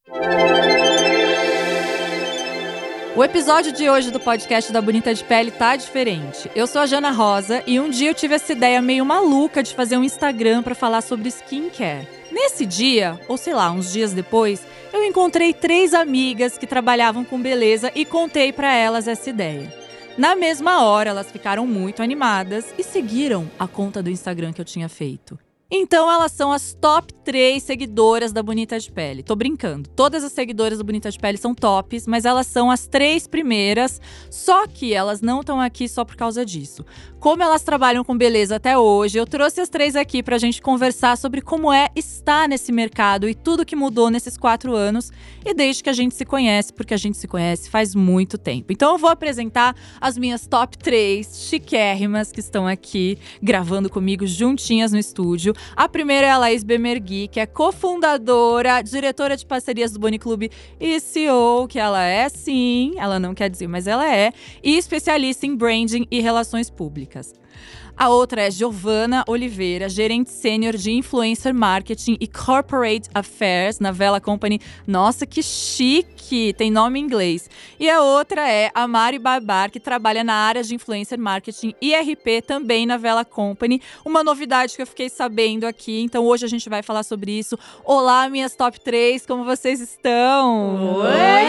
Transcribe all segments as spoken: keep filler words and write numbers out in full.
O episódio de hoje do podcast da Bonita de Pele tá diferente. Eu sou a Jana Rosa e um dia eu tive essa ideia meio maluca de fazer um Instagram pra falar sobre skincare. Nesse dia, ou sei lá, uns dias depois, eu encontrei três amigas que trabalhavam com beleza e contei pra elas essa ideia. Na mesma hora, elas ficaram muito animadas e seguiram a conta do Instagram que eu tinha feito. Então elas são as top três seguidoras da Bonita de Pele. Tô brincando, todas as seguidoras da Bonita de Pele são tops, mas elas são as três primeiras, só que elas não estão aqui só por causa disso. Como elas trabalham com beleza até hoje, eu trouxe as três aqui pra gente conversar sobre como é estar nesse mercado e tudo que mudou nesses quatro anos e desde que a gente se conhece, porque a gente se conhece faz muito tempo. Então eu vou apresentar as minhas top três chiquérrimas que estão aqui gravando comigo juntinhas no estúdio. A primeira é a Laís Bemergui, que é cofundadora, diretora de parcerias do Boni Clube e C E O, que ela é sim, ela não quer dizer, mas ela é, e especialista em branding e relações públicas. A outra é Giovana Oliveira, gerente sênior de Influencer Marketing e Corporate Affairs na Vela Company. Nossa, que chique! Tem nome em inglês. E a outra é a Mari Barbar, que trabalha na área de Influencer Marketing e R P também na Vela Company. Uma novidade que eu fiquei sabendo aqui, então hoje a gente vai falar sobre isso. Olá, minhas top três, como vocês estão?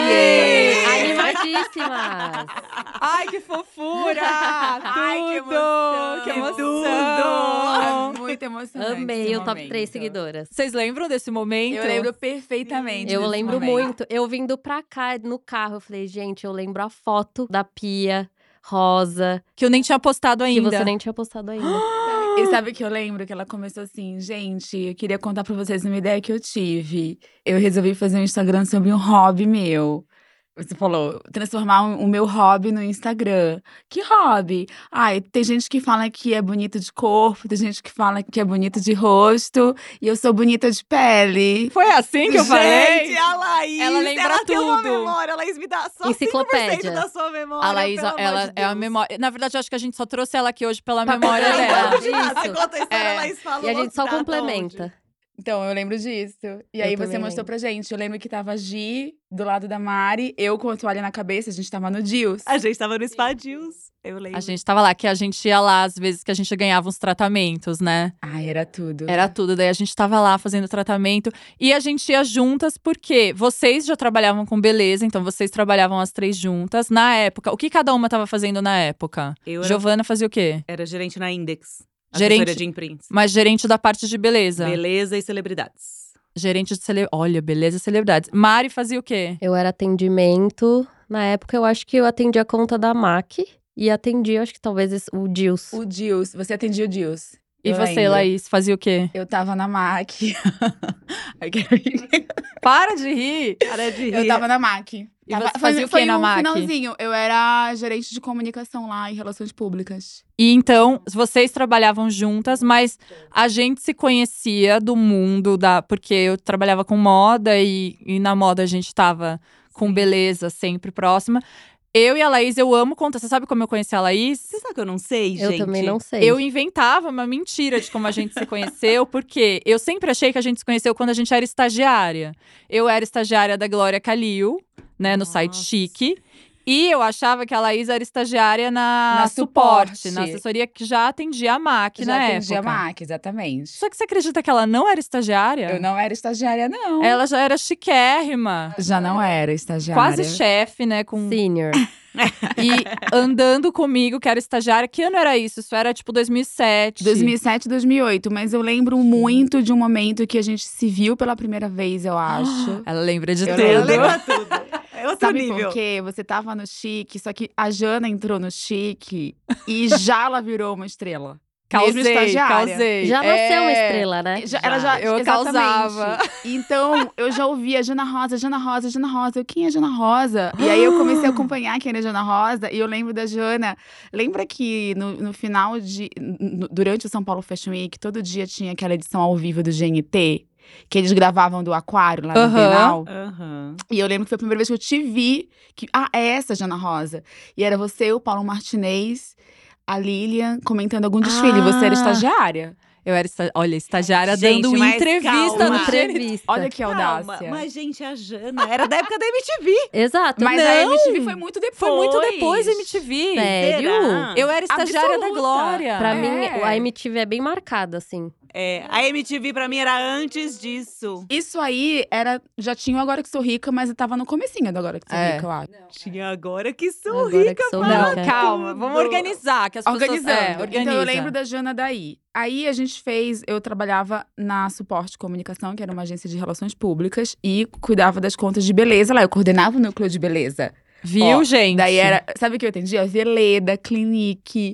Oi! Animadíssimas! Ai, que fofura! Ai, Tudo! que emoção! Que emoção! Tudo! Muito emocionante. Amei o top momento. três seguidoras. Vocês lembram desse momento? Eu lembro perfeitamente. Eu desse lembro momento. muito. Eu vindo pra cá no carro, eu falei, gente, eu lembro a foto da Pia rosa, Que eu nem tinha postado que ainda. você nem tinha postado ainda. E sabe que eu lembro que ela começou assim, gente, eu queria contar pra vocês uma ideia que eu tive. Eu resolvi fazer um Instagram sobre um hobby meu. Você falou, transformar o meu hobby no Instagram. Que hobby? Ai, tem gente que fala que é bonito de corpo, tem gente que fala que é bonito de rosto. E eu sou bonita de pele. Foi assim que eu falei? Gente, a Laís, Ela lembra ela tem uma tudo. memória. A Laís me dá só Enciclopédia. cinco por cento da sua memória, A Laís, pelo amor ela de é a Deus. memória. Na verdade, eu acho que a gente só trouxe ela aqui hoje pela Pra memória contar dela. então. De nada, Isso. você conta a história, É. a Laís fala E a gente só data complementa. onde. Então, eu lembro disso. E Eu aí, você também mostrou lembro. pra gente. Eu lembro que tava a Gi do lado da Mari, eu com a toalha na cabeça, a gente tava no Deals. A gente tava no Spadios, eu lembro. A gente tava lá, que a gente ia lá às vezes que a gente ganhava uns tratamentos, né? Ai, era tudo. Era tudo. Daí a gente tava lá fazendo tratamento. E a gente ia juntas porque vocês já trabalhavam com beleza, então vocês trabalhavam as três juntas. Na época, o que cada uma tava fazendo na época? Eu era, Giovana fazia o quê? era gerente na Index. Gerente- Assessoria de imprints. Mas gerente da parte de beleza. Beleza e celebridades. Gerente de cele... Olha, beleza e celebridades. Mari fazia o quê? Eu era atendimento. Na época, eu acho que eu atendi a conta da M A C. E atendi, eu acho que talvez esse- o Dils. O Deals, você atendia o Deals. E Eu você, lembro. Laís, fazia o quê? Eu tava na M A C. Ai, que- Para de rir! Para de rir. eu tava na M A C. E Tava- você foi- fazia o foi quê na um M A C? finalzinho. Eu era gerente de comunicação lá e relações públicas. E então, vocês trabalhavam juntas, mas a gente se conhecia do mundo da. Porque eu trabalhava com moda e, e na moda a gente tava com beleza sempre próxima. Eu e a Laís, eu amo contar. Você sabe como eu conheci a Laís? Você sabe que eu não sei, Eu gente? também não sei. Eu inventava uma mentira de como a gente se conheceu, porque eu sempre achei que a gente se conheceu quando a gente era estagiária. Eu era estagiária da Glória Calil, né, no site Nossa. Chique. E eu achava que a Laís era estagiária na, Na suporte, Suporte. na assessoria que já atendia a M A C Já na atendia época. a M A C, exatamente. Só que você acredita que ela não era estagiária? Eu não era estagiária, não. Ela já era chiquérrima. Já não era estagiária. Quase chefe, né? Com... Senior. E andando comigo, que era estagiária. Que ano era isso? Isso era tipo dois mil e sete. dois mil e sete, dois mil e oito. Mas eu lembro muito de um momento que a gente se viu pela primeira vez, eu acho. Ela lembra de Eu tudo. Eu lembro. lembro tudo. É outro Sabe nível. por quê? Você tava no Chique, só que a Jana entrou no Chique e já ela virou uma estrela. Mesmo Causei, estagiária. causei. Já nasceu uma É. estrela, né? Já- ela já, Eu exatamente. causava. Então, eu já ouvia Jana Rosa, Jana Rosa, Jana Rosa. Eu, quem é Jana Rosa? E aí, eu comecei a acompanhar quem era Jana Rosa. E eu lembro da Jana. Lembra que no, no final de… no- durante o São Paulo Fashion Week, todo dia tinha aquela edição ao vivo do G N T? Que eles gravavam do aquário lá no Aham. Bienal. Aham. E eu lembro que foi a primeira vez que eu te vi. Que, ah, é essa Jana Rosa. E era você, o Paulo Martinez, a Lilian, comentando algum desfile. Ah. Você era estagiária. Eu era, esta- olha, estagiária Gente, dando mas entrevista calma. no Gênesis. Entrevista. Olha que Calma, audácia. mas, gente, a Jana era da época da M T V. Exato. Mas não. a M T V foi muito depois. Foi muito depois da M T V. Sério? Será? Eu era estagiária da Absoluta. Glória. Pra É. mim, a M T V é bem marcada, assim. É, a M T V pra mim era antes disso. Isso aí era. Já tinha o Agora Que Sou Rica, mas eu tava no comecinho do Agora Que Sou É. Rica, eu acho. Tinha agora que sou Agora rica. que sou Não, rica. calma, vamos organizar, que as Organizando. pessoas… É, organiza. Então eu lembro da Jana daí. Aí a gente fez, eu trabalhava na Suporte Comunicação, que era uma agência de relações públicas, e cuidava das contas de beleza lá. Eu coordenava o núcleo de beleza. Viu, Ó, gente? Daí era, sabe o que eu entendia? Veleda, Clinique,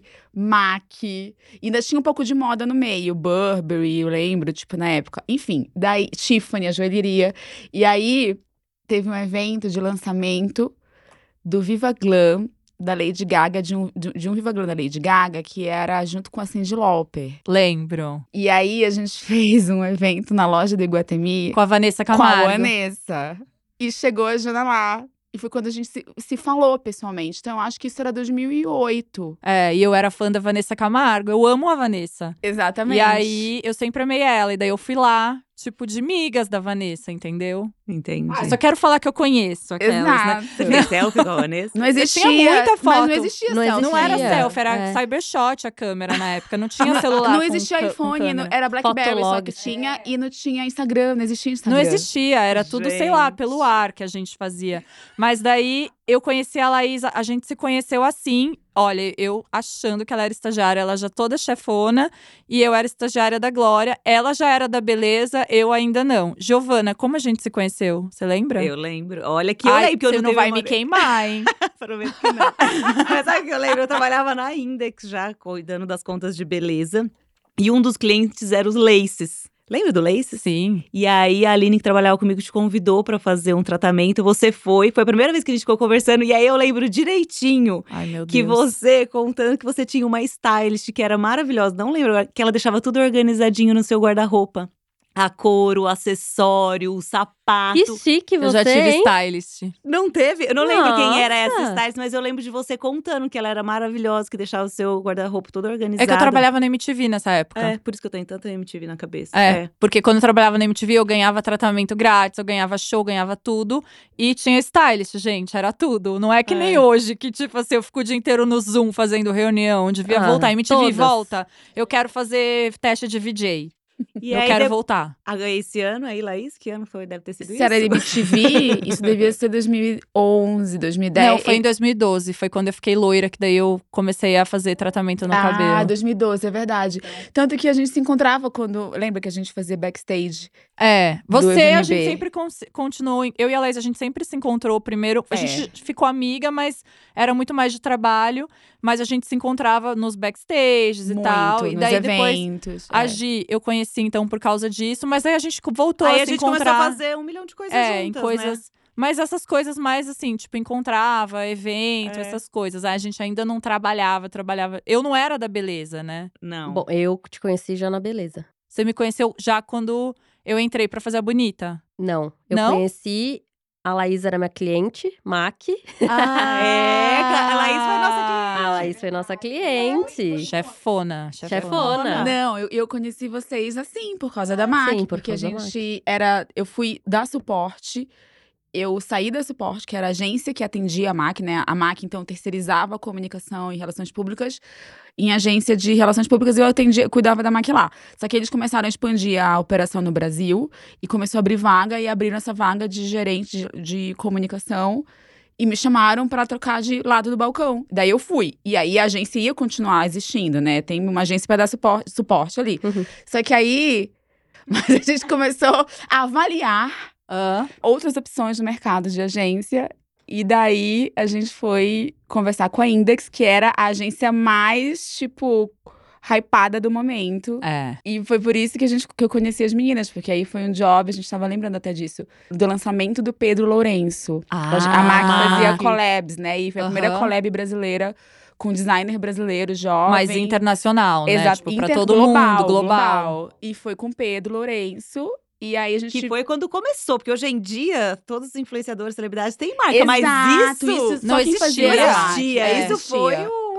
MAC. E ainda tinha um pouco de moda no meio. Burberry, eu lembro, tipo, na época. Enfim, daí Tiffany, a joalheria. E aí teve um evento de lançamento do Viva Glam, da Lady Gaga, de um, de, de um Viva Glam da Lady Gaga, que era junto com a Cyndi Lauper. Lembro. E aí a gente fez um evento na loja do Iguatemi Com a Vanessa com a Camargo. Vanessa. E chegou a Jana lá. E foi quando a gente se, se falou pessoalmente. Então, eu acho que isso era dois mil e oito. É, e eu era fã da Vanessa Camargo. Eu amo a Vanessa. Exatamente. E aí, eu sempre amei ela. E daí eu fui lá, tipo, de migas da Vanessa, entendeu? Entendi. Ah, só quero falar que eu conheço aquelas, né? Exato. Você fez selfie com a Vanessa? Não existia. tinha muita Mas foto. não existia Não selfie. Não era Existia. selfie, era É. cybershot a câmera na época. Não tinha celular Não com existia ca- com iPhone, não- câmera. era Blackberry só Fotolog. que tinha. E não tinha Instagram, não existia Instagram. Não existia, era tudo, sei lá, Gente. pelo ar que a gente fazia. Mas daí, eu conheci a Laís, a gente se conheceu assim… Olha, eu achando que ela era estagiária, ela já toda chefona, e eu era estagiária da Glória. Ela já era da beleza, eu ainda não. Giovana, como a gente se conheceu? Você lembra? Eu lembro. Olha que eu Ai, lembro que eu você não não tenho vai me memória. queimar, hein? Prometo que não. Mas sabe o que eu lembro? Eu trabalhava na Index já, cuidando das contas de beleza. E um dos clientes era os Laces. Lembra do Laces? Sim. E aí, a Aline, que trabalhava comigo, te convidou pra fazer um tratamento. Você foi. Foi a primeira vez que a gente ficou conversando. E aí, eu lembro direitinho Ai, meu Deus. que você, contando que você tinha uma stylist que era maravilhosa. Não lembro, que ela deixava tudo organizadinho no seu guarda-roupa. A couro, o acessório, o sapato. Que chique você, Eu já tive hein? stylist. Não teve? Eu não lembro quem era Nossa! essa stylist, mas eu lembro de você contando que ela era maravilhosa, que deixava o seu guarda-roupa todo organizado. É que eu trabalhava na M T V nessa época. É, por isso que eu tenho tanta M T V na cabeça. É, porque quando eu trabalhava na M T V, eu ganhava tratamento grátis, eu ganhava show, ganhava tudo. E tinha stylist, gente, era tudo. Não é que É. nem hoje, que tipo assim, eu fico o dia inteiro no Zoom fazendo reunião. Devia Ah, voltar. M T V, todas. volta. Eu quero fazer teste de V J. E eu aí, quero de- voltar. Ah, esse ano aí, Laís, que ano foi? Deve ter sido Se isso? era M T V, isso devia ser dois mil e onze, dois mil e dez. Não, foi em dois mil e doze. Foi quando eu fiquei loira, que daí eu comecei a fazer tratamento no ah, cabelo. dois mil e doze, é verdade. Tanto que a gente se encontrava quando… Lembra que a gente fazia backstage? É, do você, a M B. gente sempre con- continuou. Eu e a Laís, a gente sempre se encontrou primeiro. A É. gente ficou amiga, mas era muito mais de trabalho. Mas a gente se encontrava nos backstages e Muito, tal. E nos daí depois. eventos. A é. Gi, eu conheci então por causa disso, mas aí a gente voltou Aí a a se gente encontrar. começou a fazer um milhão de coisas é, juntas, em coisas. né? Mas essas coisas mais assim, tipo, encontrava, evento, É. essas coisas. Aí a gente ainda não trabalhava, trabalhava. Eu não era da beleza, né? Não. Bom, eu te conheci já na beleza. Você me conheceu já quando eu entrei pra fazer a bonita. Não, eu Não? conheci… A Laís era minha cliente, Mac. Ah, é, a Laís foi nossa A Laís foi nossa cliente. Chefona, chefona. Chefona. Não, eu, eu conheci vocês assim, por causa da MAC. Sim, por porque causa a da gente era… Eu fui da Suporte, eu saí da Suporte, que era a agência que atendia a MAC, né? A MAC, então, terceirizava a comunicação e relações públicas em agência de relações públicas e eu atendia, cuidava da MAC lá. Só que eles começaram a expandir a operação no Brasil e começou a abrir vaga e abriram essa vaga de gerente de, de comunicação. E me chamaram pra trocar de lado do balcão. Daí eu fui. E aí a agência ia continuar existindo, né? Tem uma agência pra dar suporte, suporte ali. Uhum. Só que aí… Mas a gente começou a avaliar Hã? outras opções no mercado de agência. E daí a gente foi conversar com a Index, que era a agência mais, tipo, hypada do momento. É. E foi por isso que, a gente, que eu conheci as meninas, porque aí foi um job, a gente tava lembrando até disso, do lançamento do Pedro Lourenço. Ah, a MAC fazia que- collabs, né? E foi a primeira Aham. collab brasileira com designer brasileiro, jovem. Mais internacional, né? Exato, Tipo, pra inter- todo global, mundo, global. E foi com Pedro Lourenço. E aí a gente… Que foi quando começou, porque hoje em dia todos os influenciadores, celebridades têm marca, Exato, mas isso, isso não só quem existia. fazia não era a MAC. existia. É, Isso foi existia. um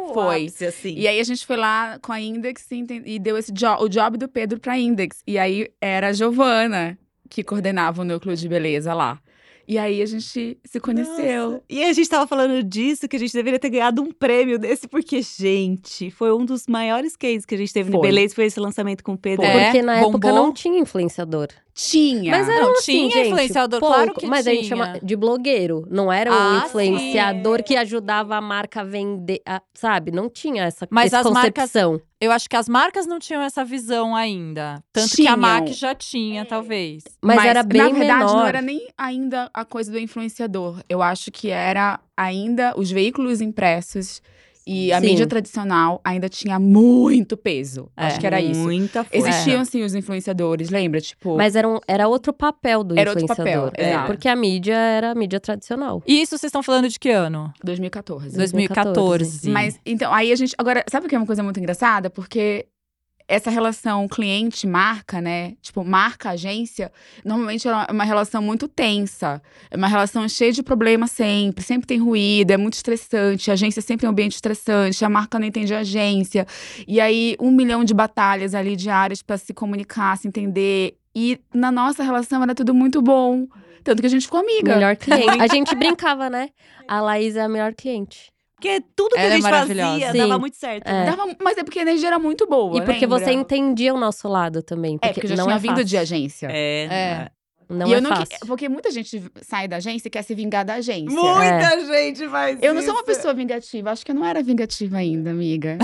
o Foi. ápice, assim. E aí a gente foi lá com a Index e, enten- e deu esse jo- o job do Pedro pra Index. E aí era a Giovana que coordenava o núcleo de beleza lá. E aí a gente se conheceu. Nossa. E a gente tava falando disso, que a gente deveria ter ganhado um prêmio desse, porque, gente, foi um dos maiores cases que a gente teve no Foi. Beleza, foi esse lançamento com o Pedro. É, Porque na época bombou. não tinha influenciador. Tinha. Mas era Não, assim, tinha gente, influenciador, pouco, claro que mas a gente tinha. chama de blogueiro. Não era um Ah, influenciador que ajudava a marca a vender, a- sabe? Não tinha essa, Mas essa as marcas- concepção. Eu acho que as marcas não tinham essa visão ainda. Tanto que a Tinham. MAC já tinha, talvez. Mas, era bem na verdade, menor. não era nem ainda a coisa do influenciador. Eu acho que era ainda os veículos impressos e a Sim. mídia tradicional ainda tinha muito peso. É. Acho que era isso. Muita força. Existiam, sim, os influenciadores, lembra? Tipo, Mas era, um- era outro papel do Era outro influenciador. papel, É, exato. porque a mídia era a mídia tradicional. E isso vocês estão falando de que ano? dois mil e catorze. dois mil e quatorze. Mas, então, aí a gente… Agora, sabe o que é uma coisa muito engraçada? Porque essa relação cliente-marca, né? Tipo, marca-agência, normalmente é uma relação muito tensa. É uma relação cheia de problemas sempre. Sempre tem ruído, é muito estressante. A agência sempre é um ambiente estressante. A marca não entende a agência. E aí, um milhão de batalhas ali diárias pra se comunicar, se entender. E na nossa relação era tudo muito bom. Tanto que a gente ficou amiga. Melhor cliente. A gente brincava, né? A Laís é a melhor cliente. Porque tudo que Ela a é gente maravilhosa. fazia Sim. dava muito certo. É. né? Dava- mas é porque a energia era muito boa, E porque lembra? você entendia o nosso lado também. Porque É, porque eu já não tinha é vindo fácil. de agência. É. É. Não e é eu não que- fácil. Porque muita gente sai da agência e quer se vingar da agência. Muita gente faz Eu não sou uma isso. pessoa vingativa. Acho que eu não era vingativa ainda, amiga.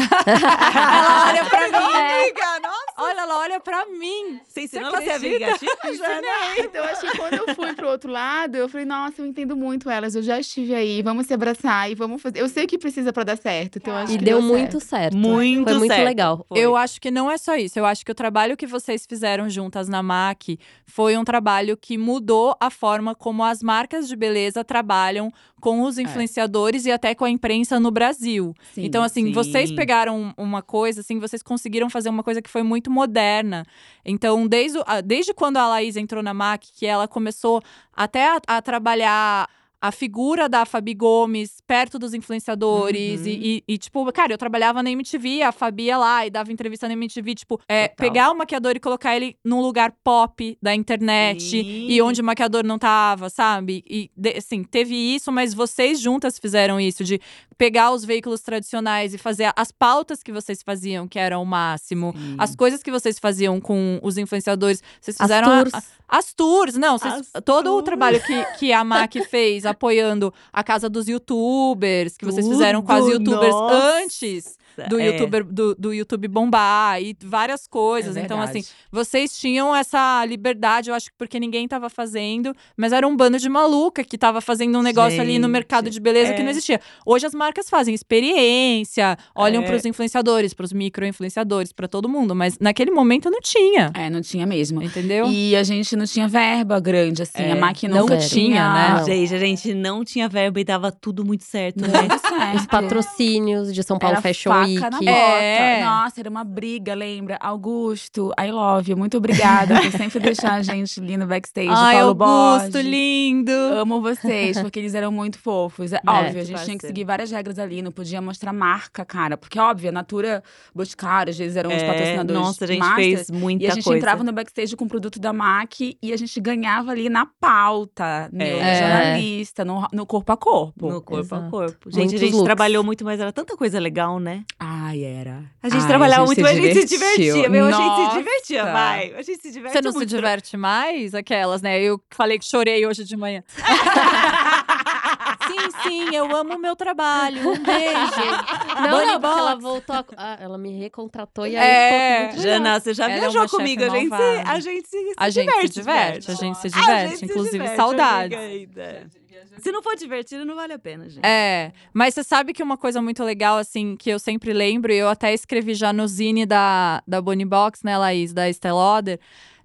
Ela olha pra mim. Amiga, nossa. Olha, ela olha pra mim. Você ensinou Você ela a ser acredita? vingativa, Jana? Então, acho que quando eu fui pro outro lado, eu falei, nossa, eu entendo muito elas. Eu já estive aí, vamos se abraçar e vamos fazer. Eu sei o que precisa pra dar certo. Então, eu acho E que deu certo. muito certo. Muito Foi muito certo. legal. Foi. Eu acho que não é só isso. Eu acho que o trabalho que vocês fizeram juntas na MAC foi um trabalho que mudou a forma como as marcas de beleza trabalham com os influenciadores e até com a imprensa no Brasil. Sim, então, assim, sim. vocês pegaram uma coisa, assim, vocês conseguiram fazer uma coisa que foi muito moderna. Então, desde, o- a- desde quando a Laís entrou na MAC, que ela começou até a, a trabalhar a figura da Fabi Gomes perto dos influenciadores. Uhum. E, e- e, tipo, cara, eu trabalhava na M T V, a Fabi ia lá e dava entrevista na M T V. Tipo, é, Total. pegar o maquiador e colocar ele num lugar pop da internet. Sim. E onde o maquiador não tava, sabe? E, de- assim, teve isso, mas vocês juntas fizeram isso. De pegar os veículos tradicionais e fazer as pautas que vocês faziam, que eram o máximo. Sim. As coisas que vocês faziam com os influenciadores. Vocês As fizeram a- tours. a- as tours, não, vocês- As todo o tours. trabalho que, que a MAC fez apoiando a casa dos youtubers, que vocês fizeram com as Tudo, youtubers nossa. antes do, É. YouTuber, do, do YouTube bombar e várias coisas. É então, verdade. assim, vocês tinham essa liberdade, eu acho que porque ninguém tava fazendo, mas era um bando de maluca que tava fazendo um negócio ali no Gente, mercado de beleza que é. não existia. Hoje as marcas fazem experiência, olham É. pros influenciadores, pros micro-influenciadores, pra todo mundo, mas naquele momento não tinha. É, não tinha mesmo. Entendeu? E a gente não tinha verba grande, assim. É, A MAC não nunca tinha, né? Não. Gente, a gente não tinha verba e dava tudo muito certo, né? Tudo certo. Os patrocínios de São Paulo Era Fashion faca Week. na bota. É. Nossa, era uma briga, lembra? Augusto, I love you. Muito obrigada por sempre deixar a gente ali no backstage. Ai, Paulo Augusto, Borges. lindo! Amo vocês, porque eles eram muito fofos. É, óbvio, a gente tinha que parceiro. seguir várias regras ali, não podia mostrar marca, cara. Porque, óbvio, a Natura, Boticário, às vezes eram os É, patrocinadores nossa, a gente masters. fez muita E a gente coisa. entrava no backstage com o produto da MAC e a gente ganhava ali na pauta, no É. jornalista, no, no corpo a corpo. No corpo Exato. a corpo. Gente, Muitos a gente looks. trabalhou muito, mas era tanta coisa legal, né? Ai, era. A gente Ai, trabalhava muito, mas a gente se divertiu. divertia. Meu, a gente se Nossa. divertia, vai. A gente se diverte Você não se muito. diverte mais? Aquelas, né? Eu falei que chorei hoje de manhã. Sim, sim, eu amo o meu trabalho. Um beijo. Não, Bunny não, porque ela Box. voltou. A... Ah, ela me recontratou e aí É. ficou muito legal. Jana, você já Ela é viajou uma chefe comigo. A gente, se, malvada. a gente se, se A gente diverte. se diverte, a gente se A diverte. gente se Inclusive, diverte, saudades. amiga, ainda. Se não for divertido, não vale a pena, gente. É, mas você sabe que uma coisa muito legal, assim, que eu sempre lembro, e eu até escrevi já no zine da, da Bunny Box, né, Laís, da Estée Lauder,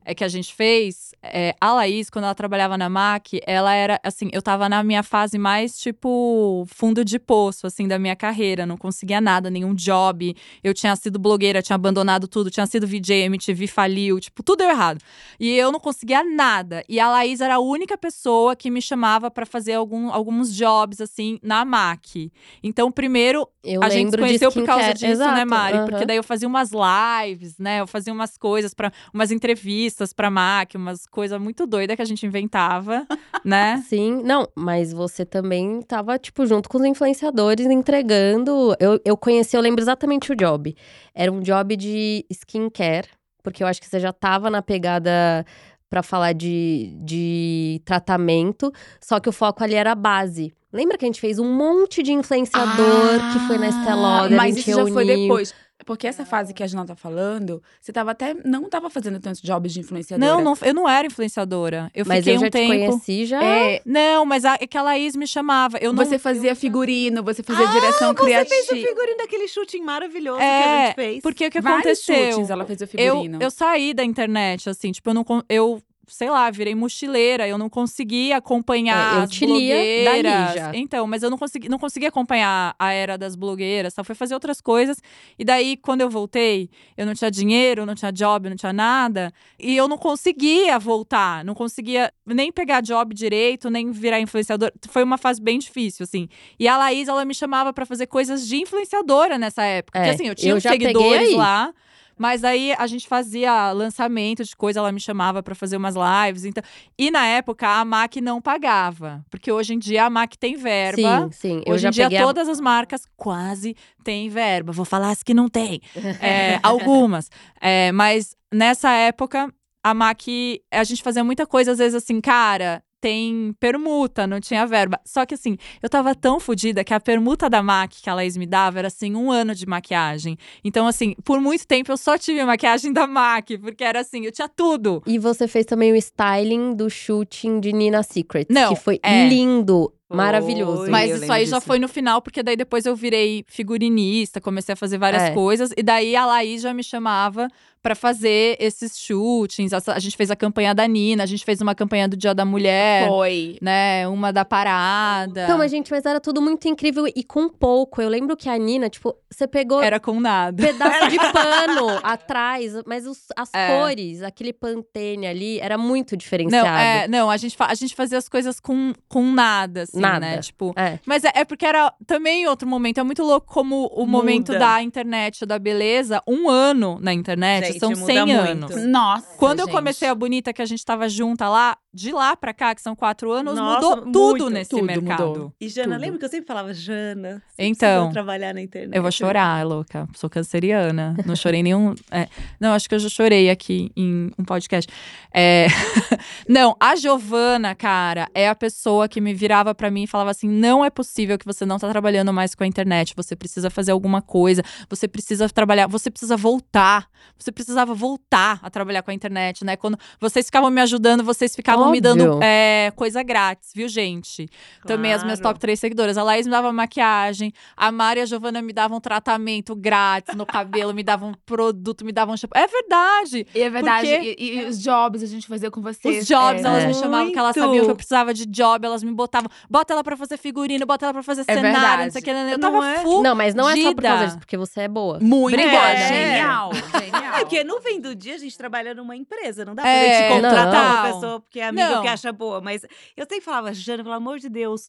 é que a gente fez, é, a Laís, quando ela trabalhava na M A C, ela era, assim, eu tava na minha fase mais, tipo, fundo de poço, assim, da minha carreira. Não conseguia nada, nenhum job. Eu tinha sido blogueira, tinha abandonado tudo, tinha sido V J, M T V faliu, tipo, tudo deu errado. E eu não conseguia nada. E a Laís era a única pessoa que me chamava pra fazer algum, alguns jobs, assim, na M A C. Então, primeiro, Eu a gente se lembro de conheceu por causa skincare. disso, né, Exato, Mari? aham. Porque daí eu fazia umas lives, né? Eu fazia umas coisas, pra, umas entrevistas pra M A C, umas coisas muito doidas que a gente inventava, né? Sim, não, mas você também tava, tipo, junto com os influenciadores entregando. Eu, eu conheci, eu lembro exatamente o job. Era um job de skincare, porque eu acho que você já tava na pegada pra falar de, de tratamento, só que o foco ali era a base. Lembra que a gente fez um monte de influenciador que foi na Estée Lauder, a Mas gente isso já foi reuniu. depois. Porque essa fase que a Jana tá falando, você tava até. Não tava fazendo tantos jobs de influenciadora. Não, não, eu não era influenciadora. Eu Mas fiquei eu já um te tempo. conheci já. É, Não, mas a, é que a Laís me chamava. Eu não, você fazia figurino, você fazia Ah, direção Você fez o criativa. figurino daquele shooting maravilhoso que a É, gente fez. porque o que Vários aconteceu? shootings ela fez o Eu, figurino. eu saí da internet, assim, tipo, eu não. con- Eu, sei lá, virei mochileira, eu não conseguia acompanhar É, eu as te lia dali blogueiras. já. Então, mas eu não consegui, não consegui acompanhar a era das blogueiras, só fui fazer outras coisas. E daí, quando eu voltei, eu não tinha dinheiro, não tinha job, não tinha nada. E eu não conseguia voltar, não conseguia nem pegar job direito, nem virar influenciador. Foi uma fase bem difícil, assim. E a Laís, ela me chamava pra fazer coisas de influenciadora nessa época. Porque É, assim, eu tinha eu uns já peguei seguidores aí. lá. Mas aí a gente fazia lançamento de coisa, ela me chamava pra fazer umas lives. Então... E na época a M A C não pagava. Porque hoje em dia a M A C tem verba. Sim, sim. Eu Hoje já em dia peguei a- todas as marcas quase têm verba. Vou falar as que não tem. É, algumas. É, mas nessa época a M A C, a gente fazia muita coisa, às vezes assim, cara. Tem permuta, não tinha verba. Só que assim, eu tava tão fodida que a permuta da M A C que a Laís me dava era assim, um ano de maquiagem. Então, assim, por muito tempo eu só tive maquiagem da M A C, porque era assim, eu tinha tudo. E você fez também o styling do shooting de Nina Secret, Não, que foi é. lindo, Foi. maravilhoso. Mas eu isso lembro aí já disso. foi no final, porque daí depois eu virei figurinista, comecei a fazer várias É. coisas. E daí a Laís já me chamava pra fazer esses shootings. A, a gente fez a campanha da Nina, a gente fez uma campanha do Dia da Mulher, Foi. né? Uma da parada. Então, mas gente, mas era tudo muito incrível e com pouco. Eu lembro que a Nina, tipo, você pegou Era com nada. pedaço de pano atrás, mas os- as É. cores, aquele Pantene ali, era muito Não, diferenciado. é, não, a gente, fa- a gente fazia as coisas com, com nada, assim, Nada. né? Tipo, É. mas é, é porque era também em outro momento. É muito louco como o Muda. momento da internet, da beleza, um ano na internet Gente, são muda cem muito. anos. Nossa, Quando eu gente. comecei a Bonita, que a gente tava junta lá, de lá pra cá, que são quatro anos, Nossa, mudou tudo muito, nesse tudo mercado. mudou. E Jana, Tudo. lembra que eu sempre falava, Jana, você Então, precisa trabalhar na internet. Eu vou chorar, louca. Sou canceriana. Não chorei nenhum. é, Não, acho que eu já chorei aqui em um podcast. É, Não, a Giovana, cara, é a pessoa que me virava pra mim e falava assim: não é possível que você não tá trabalhando mais com a internet. Você precisa fazer alguma coisa. Você precisa trabalhar. Você precisa voltar. Você precisava voltar a trabalhar com a internet, né? Quando vocês ficavam me ajudando, vocês ficavam me dando Óbvio. é, coisa grátis, viu, gente? Também as minhas Claro. top três seguidoras. A Laís me dava maquiagem, a Mari e a Giovana me davam tratamento grátis no cabelo, me davam produto, me davam shampoo. É verdade! E é verdade. Porque- E, e os jobs a gente fazia com vocês. Os jobs, é. elas É. me chamavam, que elas Muito. sabiam que eu precisava de job, elas me botavam. Bota ela pra fazer figurino, bota ela pra fazer É cenário, verdade. não sei o que. Eu Não tava é? full. Não, mas não é só por causa Gida. disso, porque você é boa. Muito. Obrigada. Genial. Genial. É porque no fim do dia a gente trabalha numa empresa, não dá pra É, gente contratar não. uma pessoa porque é amiga Não. que acha boa. Mas eu sempre falava, Jana, pelo amor de Deus,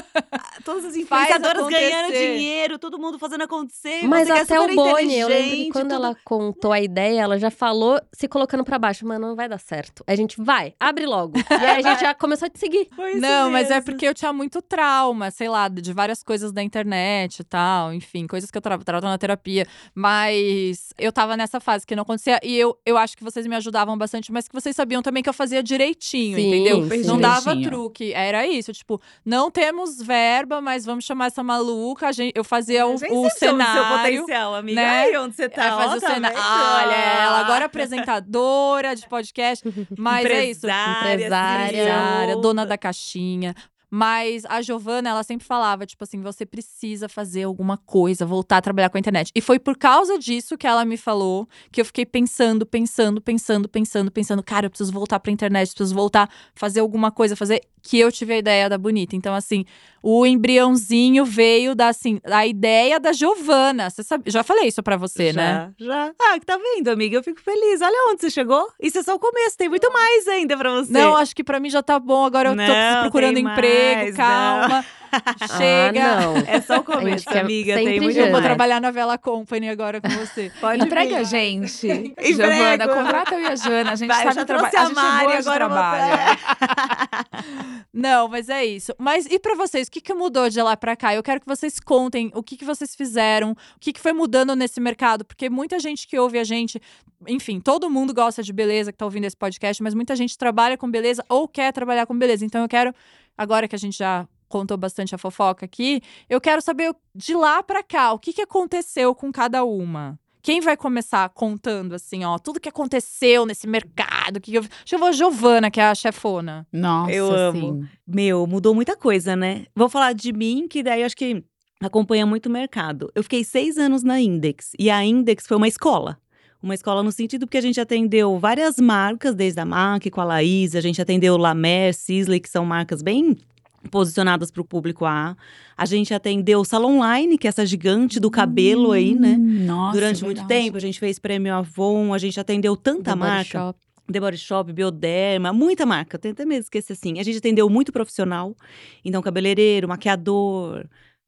ah, todas as Faz influenciadoras ganhando acontecer. dinheiro, todo mundo fazendo acontecer. Mas você que é até o super Boni, eu lembro que inteligente, quando tudo- ela contou a ideia, ela já falou se colocando pra baixo. Mano, não vai dar certo. A gente vai, abre logo. E aí a gente já começou a te seguir. Foi isso Não, mas é mesmo. porque eu tinha muito trauma, sei lá, de várias coisas da internet e tal, enfim, coisas que eu tra trato na terapia. Mas eu tava nessa fase que não acontecia. E eu, eu acho que vocês me ajudavam bastante, mas que vocês sabiam também que eu fazia direitinho, Sim, entendeu? sim. Não dava Direitinho. truque. Era isso, tipo, não temos verba, mas vamos chamar essa maluca. A gente, eu fazia o, A gente o sempre chama do seu cenário. potencial, amiga. né? Ai, onde você tá? É, fazer Ó, o tá cenário. vendo? Olha ela, agora apresentadora de podcast. Mas é isso. Empresária, Empresária. Empresária, C E O. dona da caixinha. Mas a Giovana, ela sempre falava, tipo assim, você precisa fazer alguma coisa, voltar a trabalhar com a internet. E foi por causa disso que ela me falou, que eu fiquei pensando, pensando, pensando, pensando, pensando. Cara, eu preciso voltar pra internet, preciso voltar, fazer alguma coisa, fazer… Que eu tive a ideia da Bonita. Então, assim, o embriãozinho veio da, assim, da ideia da Giovana. Você sabe, já falei isso pra você, já, né? Já, Ah, que tá vendo, amiga? Eu fico feliz. Olha onde você chegou. Isso é só o começo, tem muito mais ainda pra você. Não, acho que pra mim já tá bom. Agora eu tô Não, procurando tem emprego, mais, calma. Chega. Ah, não. É só o A gente começo, quer amiga. sempre Tem muito Eu vou mais. trabalhar na Vela Company agora com você. Pode Emprega vir. a gente. Emprego. Giovana, contrata eu e a Jana. A gente Vai, eu sabe já trabalhar. trouxe A a gente é Mari, boa de agora eu vou- trabalho. Não, mas é isso. Mas e pra vocês? O que, que mudou de lá pra cá? Eu quero que vocês contem o que, que vocês fizeram, o que, que foi mudando nesse mercado. Porque muita gente que ouve a gente, enfim, todo mundo gosta de beleza que tá ouvindo esse podcast, mas muita gente trabalha com beleza ou quer trabalhar com beleza. Então eu quero, agora que a gente já contou bastante a fofoca aqui, eu quero saber de lá pra cá, o que, que aconteceu com cada uma. Quem vai começar contando, assim, ó, tudo que aconteceu nesse mercado? Que eu… Deixa eu ver a Giovana, que é a chefona. Nossa, Eu amo. sim. Meu, mudou muita coisa, né? Vou falar de mim, que daí eu acho que acompanha muito o mercado. Eu fiquei seis anos na Index. E a Index foi uma escola. Uma escola no sentido porque a gente atendeu várias marcas, desde a MAC com a Laís, a gente atendeu La Mer, Sisley, que são marcas bem posicionadas para o público A. A gente atendeu o Salon Line, que é essa gigante do cabelo aí, né? Hum, Nossa, Durante muito verdade. tempo, a gente fez Prêmio Avon, a gente atendeu tanta The Body marca. Shop. The Body Shop, Bioderma, muita marca. Eu tenho até medo de esquecer assim. A gente atendeu muito profissional. Então, cabeleireiro, maquiador,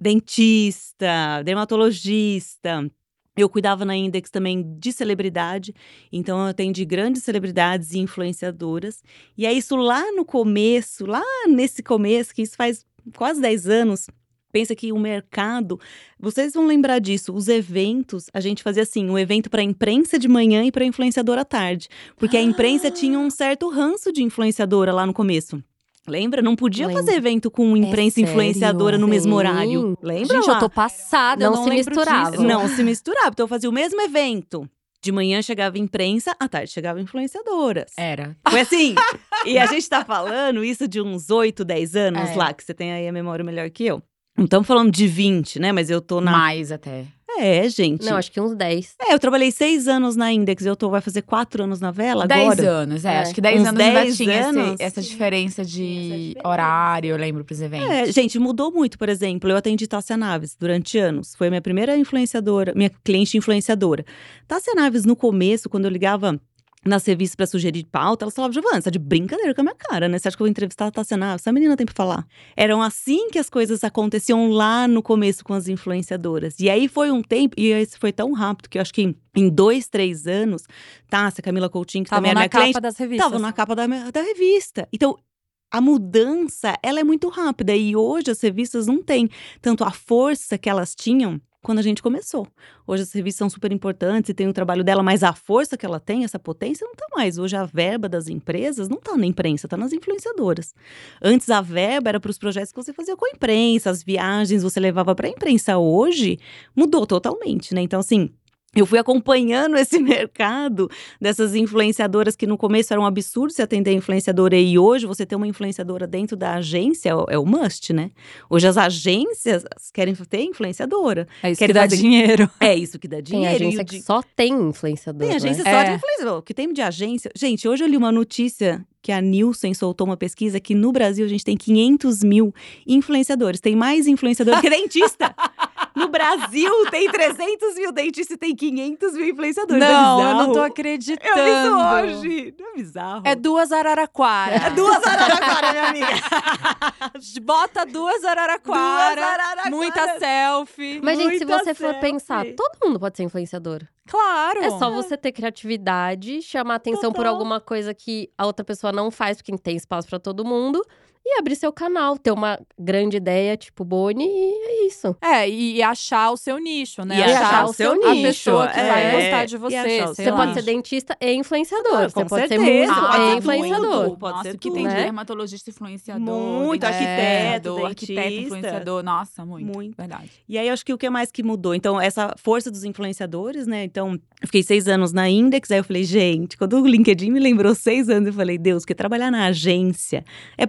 dentista, dermatologista. Eu cuidava na Index também de celebridade. Então, eu atendi grandes celebridades e influenciadoras. E é isso lá no começo, lá nesse começo, que isso faz quase dez anos. Pensa que o mercado, vocês vão lembrar disso, os eventos, a gente fazia assim, um evento para imprensa de manhã e para influenciadora à tarde. Porque a imprensa tinha um certo ranço de influenciadora lá no começo. Lembra? Não podia Lembro. fazer evento com imprensa sério? influenciadora no mesmo Sim. horário. Lembra Gente, lá? eu tô passada, eu Não não se lembro misturava. disso. Não se misturava, então eu fazia o mesmo evento. De manhã chegava imprensa, à tarde chegava influenciadoras. Era. Foi assim. E a gente tá falando isso de uns oito, dez anos É. lá, que você tem aí a memória melhor que eu. Não estamos falando de vinte, né? Mas eu tô na… Mais até. É, gente. Não, acho que uns dez. É, eu trabalhei seis anos na Index, eu tô, vai fazer quatro anos na Vela Dez agora. anos, é. É. Acho que dez Uns anos ainda dez tinha esse- anos. essa diferença de Tinha essa diferença. horário, eu lembro, pros eventos. É, gente, mudou muito, por exemplo, eu atendi Tássia Naves durante anos. Foi a minha primeira influenciadora, minha cliente influenciadora. Tássia Naves, no começo, quando eu ligava nas revistas pra sugerir pauta, elas falavam, Giovana, você tá de brincadeira com a minha cara, né? Você acha que eu vou entrevistar a Tássia Naves? Essa menina tem pra falar. Eram assim que as coisas aconteciam lá no começo com as influenciadoras. E aí foi um tempo, e isso foi tão rápido, que eu acho que em dois, três anos, Tássia, Camila Coutinho, que Estavam também é na minha capa cliente, das revistas. estavam na capa da, da revista. Então, a mudança, ela é muito rápida. E hoje as revistas não têm tanto a força que elas tinham quando a gente começou. Hoje as revistas são super importantes e tem o trabalho dela, mas a força que ela tem, essa potência, não tá mais. Hoje a verba das empresas não tá na imprensa, tá nas influenciadoras. Antes a verba era para os projetos que você fazia com a imprensa, as viagens você levava para a imprensa. Hoje mudou totalmente, né? Então, assim, eu fui acompanhando esse mercado dessas influenciadoras que no começo era um absurdo se atender influenciadora e hoje você ter uma influenciadora dentro da agência é o must, né? Hoje as agências querem ter influenciadora. É isso Quer que dá fazer- dinheiro. É isso que dá Tem dinheiro. agência e o que di- só tem influenciador, Tem agência né? só É. de influenciador. O que tem de agência… Gente, hoje eu li uma notícia que a Nielsen soltou uma pesquisa que no Brasil a gente tem quinhentos mil influenciadores. Tem mais influenciadores que dentista. No Brasil tem trezentos mil dentistas e tem quinhentos mil influenciadores. Não, é eu não tô bizarro. acreditando. Eu vi isso hoje. Não é bizarro? É duas Araraquara. É duas Araraquara, minha amiga. Bota duas Araraquara. Duas Araraquara. Muita selfie. Mas, gente, se Muita você for selfie. pensar, todo mundo pode ser influenciador. Claro. É só você ter criatividade, chamar atenção por Total. alguma coisa que a outra pessoa não faz, porque tem espaço pra todo mundo. E abrir seu canal, ter uma grande ideia, tipo Boni, e é isso. É, e, e achar o seu nicho, né? E achar o seu a nicho, pessoa que vai é. gostar de E você, achar o sei Você lá. pode ser dentista e influenciador. Claro, você com pode certeza, ser músico pode e ser influenciador. tudo. Pode Nossa, ser que tudo, tem de né? dermatologista influenciador. Muito, dentista, arquiteto, arquiteto dentista. influenciador. Nossa, muito. Muito. Verdade. E aí, eu acho que o que mais que mudou? Então, essa força dos influenciadores, né? Então, eu fiquei seis anos na Index, aí eu falei, gente, quando o LinkedIn me lembrou seis anos, eu falei, Deus, que trabalhar na agência é pros fortes.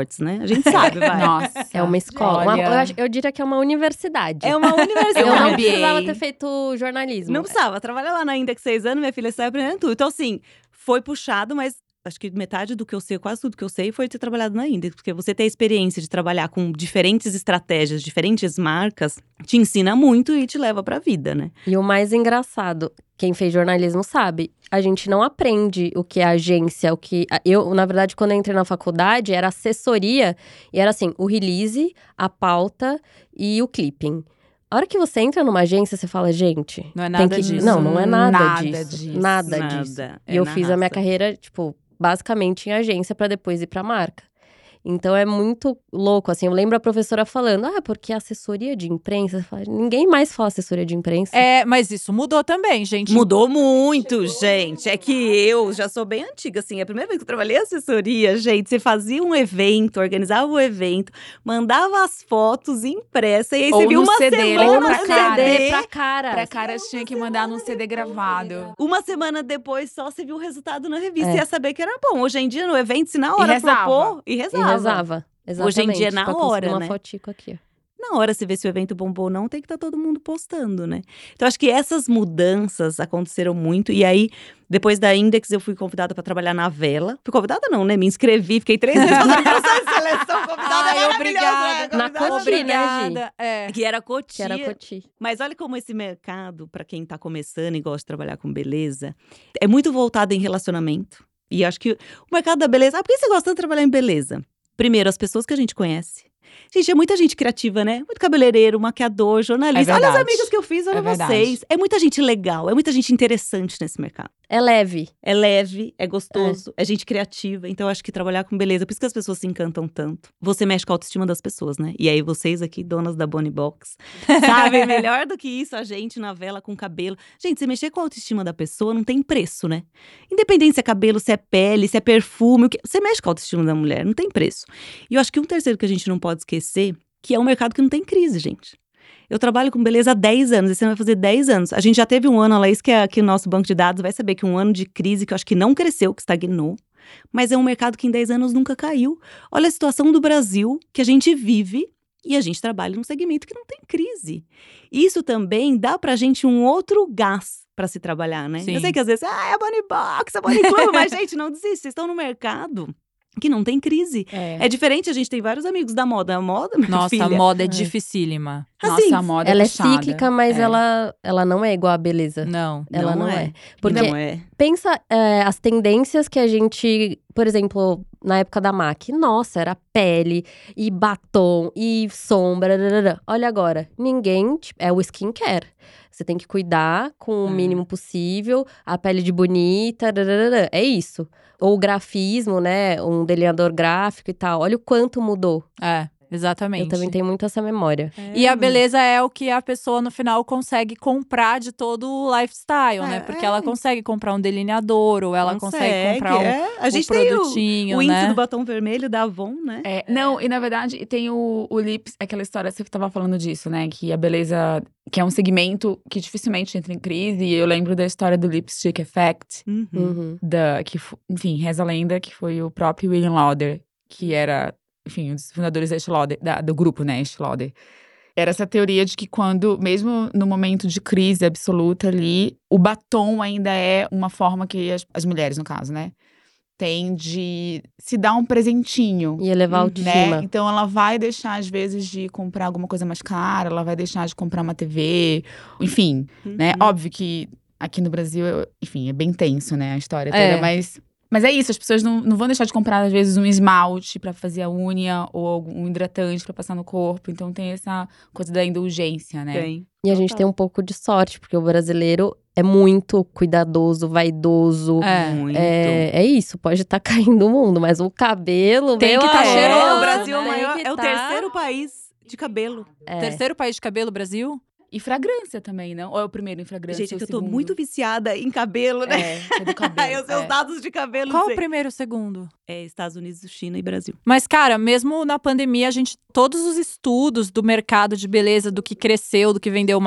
Hogwarts, né? A gente sabe, vai. Nossa. É uma escola. Uma- Olha. eu, acho- eu diria que é uma universidade. É uma universidade. Eu não M B A. precisava ter feito jornalismo. Não precisava. Trabalha lá na Index seis anos, minha filha sai aprendendo tudo. Então, assim, foi puxado, mas acho que metade do que eu sei, quase tudo que eu sei, foi ter trabalhado na Index. Porque você ter a experiência de trabalhar com diferentes estratégias, diferentes marcas, te ensina muito e te leva pra vida, né? E o mais engraçado, quem fez jornalismo sabe, a gente não aprende o que é agência, o que… Eu, na verdade, quando eu entrei na faculdade, era assessoria. E era assim, o release, a pauta e o clipping. A hora que você entra numa agência, você fala, gente… Não é tem nada que… disso. Não, não é nada, Nada disso. disso. Nada Nada. disso. É E eu na fiz a minha raça. carreira, tipo, basicamente em agência pra depois ir pra marca. Então é muito louco, assim. Eu lembro a professora falando, ah, porque assessoria de imprensa… Eu falo, ninguém mais fala assessoria de imprensa. É, mas isso mudou também, gente. Mudou muito, gente. É que eu já sou bem antiga, assim. A primeira vez que eu trabalhei em assessoria, gente, você fazia um evento, organizava o evento, mandava as fotos impressas e aí Ou você viu no uma C D, semana lembra Ou no pra no cara. C D, C D. pra cara. Pra caras tinha que mandar num C D gravado. Uma semana depois, só você viu o resultado na revista. É. E ia saber que era bom. Hoje em dia, no evento, se na hora rezava. propor, e E rezava. rezava. Exatamente. Hoje em dia, na pra conseguir hora, uma né? fotico aqui, ó. Na hora, se vê se o evento bombou ou não, tem que estar todo mundo postando, né? Então, acho que essas mudanças aconteceram muito. E aí, depois da Index, eu fui convidada para trabalhar na Vela. Fui convidada não, né? Me inscrevi, fiquei três meses no processo de seleção. Convidada Ai, maravilhosa, obrigada. né? Na Convidada Coty, né, Gi? Obrigada. É. Que era Coty. Que era Coty. Mas olha como esse mercado, para quem tá começando e gosta de trabalhar com beleza, é muito voltado em relacionamento. E acho que o mercado da beleza… Ah, por que você gosta tanto de trabalhar em beleza? Primeiro, as pessoas que a gente conhece. Gente, é muita gente criativa, né? Muito cabeleireiro, maquiador, jornalista. É olha as verdade. amigas que eu fiz, olha É verdade. vocês. É muita gente legal, é muita gente interessante nesse mercado. É leve. É leve, é gostoso, é, gente criativa. Então, eu acho que trabalhar com beleza, por isso que as pessoas se encantam tanto. Você mexe com a autoestima das pessoas, né? E aí, vocês aqui, donas da Bonnie Box, sabem melhor do que isso, a gente na vela com cabelo. Gente, você mexer com a autoestima da pessoa não tem preço, né? Independente se é cabelo, se é pele, se é perfume, o que… você mexe com a autoestima da mulher, não tem preço. E eu acho que um terceiro que a gente não pode esquecer, que é um mercado que não tem crise, gente. Eu trabalho com beleza há dez anos, esse ano vai fazer dez anos. A gente já teve um ano, a Laís, que é aqui no nosso banco de dados, vai saber que um ano de crise que eu acho que não cresceu, que estagnou. Mas é um mercado que em dez anos nunca caiu. Olha a situação do Brasil, que a gente vive e a gente trabalha num segmento que não tem crise. Isso também dá pra gente um outro gás pra se trabalhar, né? Sim. Eu sei que às vezes, ah, é a Bonnie Box, é a Bonnie Club, mas gente, não desiste, vocês estão no mercado que não tem crise. É. É diferente, a gente tem vários amigos da moda. A moda, minha Nossa, filha… a moda é É. dificílima. Assim, Nossa, a moda Ela é puxada. cíclica, mas É. ela, ela não é igual à beleza. Não. Ela não, é. Porque Não é. pensa é, as tendências que a gente… Por exemplo, na época da M A C. Nossa, era pele e batom e sombra. Rarara. Olha agora, ninguém… tipo, é o skincare. Você tem que cuidar com o É. mínimo possível, a pele de bonita, rarara. É isso. Ou o grafismo, né? Um delineador gráfico e tal. Olha o quanto mudou. É, exatamente. Eu também tenho muito essa memória. E a beleza é o que a pessoa no final consegue comprar de todo o lifestyle, É, né? Porque é. ela consegue comprar um delineador, ou ela consegue, comprar um, é. A um gente tem o, produtinho, o índice né? do batom vermelho da Avon, né? É, não, e na verdade tem o, o lips, aquela história, você tava falando disso, né? Que a beleza, que é um segmento que dificilmente entra em crise. E eu lembro da história do Lipstick Effect, Uhum. Uhum. da, que, fo- enfim, reza a lenda que foi o próprio William Lauder, que era, enfim, um dos fundadores da Estée Lauder, da- do grupo, né, Estée Lauder. Era essa teoria de que quando, mesmo no momento de crise absoluta ali, o batom ainda é uma forma que as, as mulheres, no caso, né, tem de se dar um presentinho. E elevar a Uhum. autoestima. Né? Então ela vai deixar, às vezes, de comprar alguma coisa mais cara, ela vai deixar de comprar uma T V, enfim, né? Uhum. Óbvio que aqui no Brasil, eu- enfim, é bem tenso, né, a história toda, É. mas, mas é isso, as pessoas não, não vão deixar de comprar, às vezes, um esmalte pra fazer a unha ou algum hidratante pra passar no corpo. Então tem essa coisa da indulgência, né? Tem. E a gente Total. tem um pouco de sorte, porque o brasileiro é muito cuidadoso, vaidoso. É. Muito. É, é isso, pode estar caindo o mundo, mas o cabelo… Tem meu que tá amor, cheiroso, o Brasil é, o né? maior- tem que é o tá- terceiro país de cabelo. É. Terceiro país de cabelo, Brasil? E fragrância também, não? Ou é o primeiro em fragrância? Gente, é ou que eu o tô segundo? muito viciada em cabelo, né? É, é do cabelo. Os seus é. dados de cabelo. Qual sei. o primeiro e o segundo? É Estados Unidos, China e Brasil. Mas, cara, mesmo na pandemia, a gente… Todos os estudos do mercado de beleza, do que cresceu, do que vendeu mais…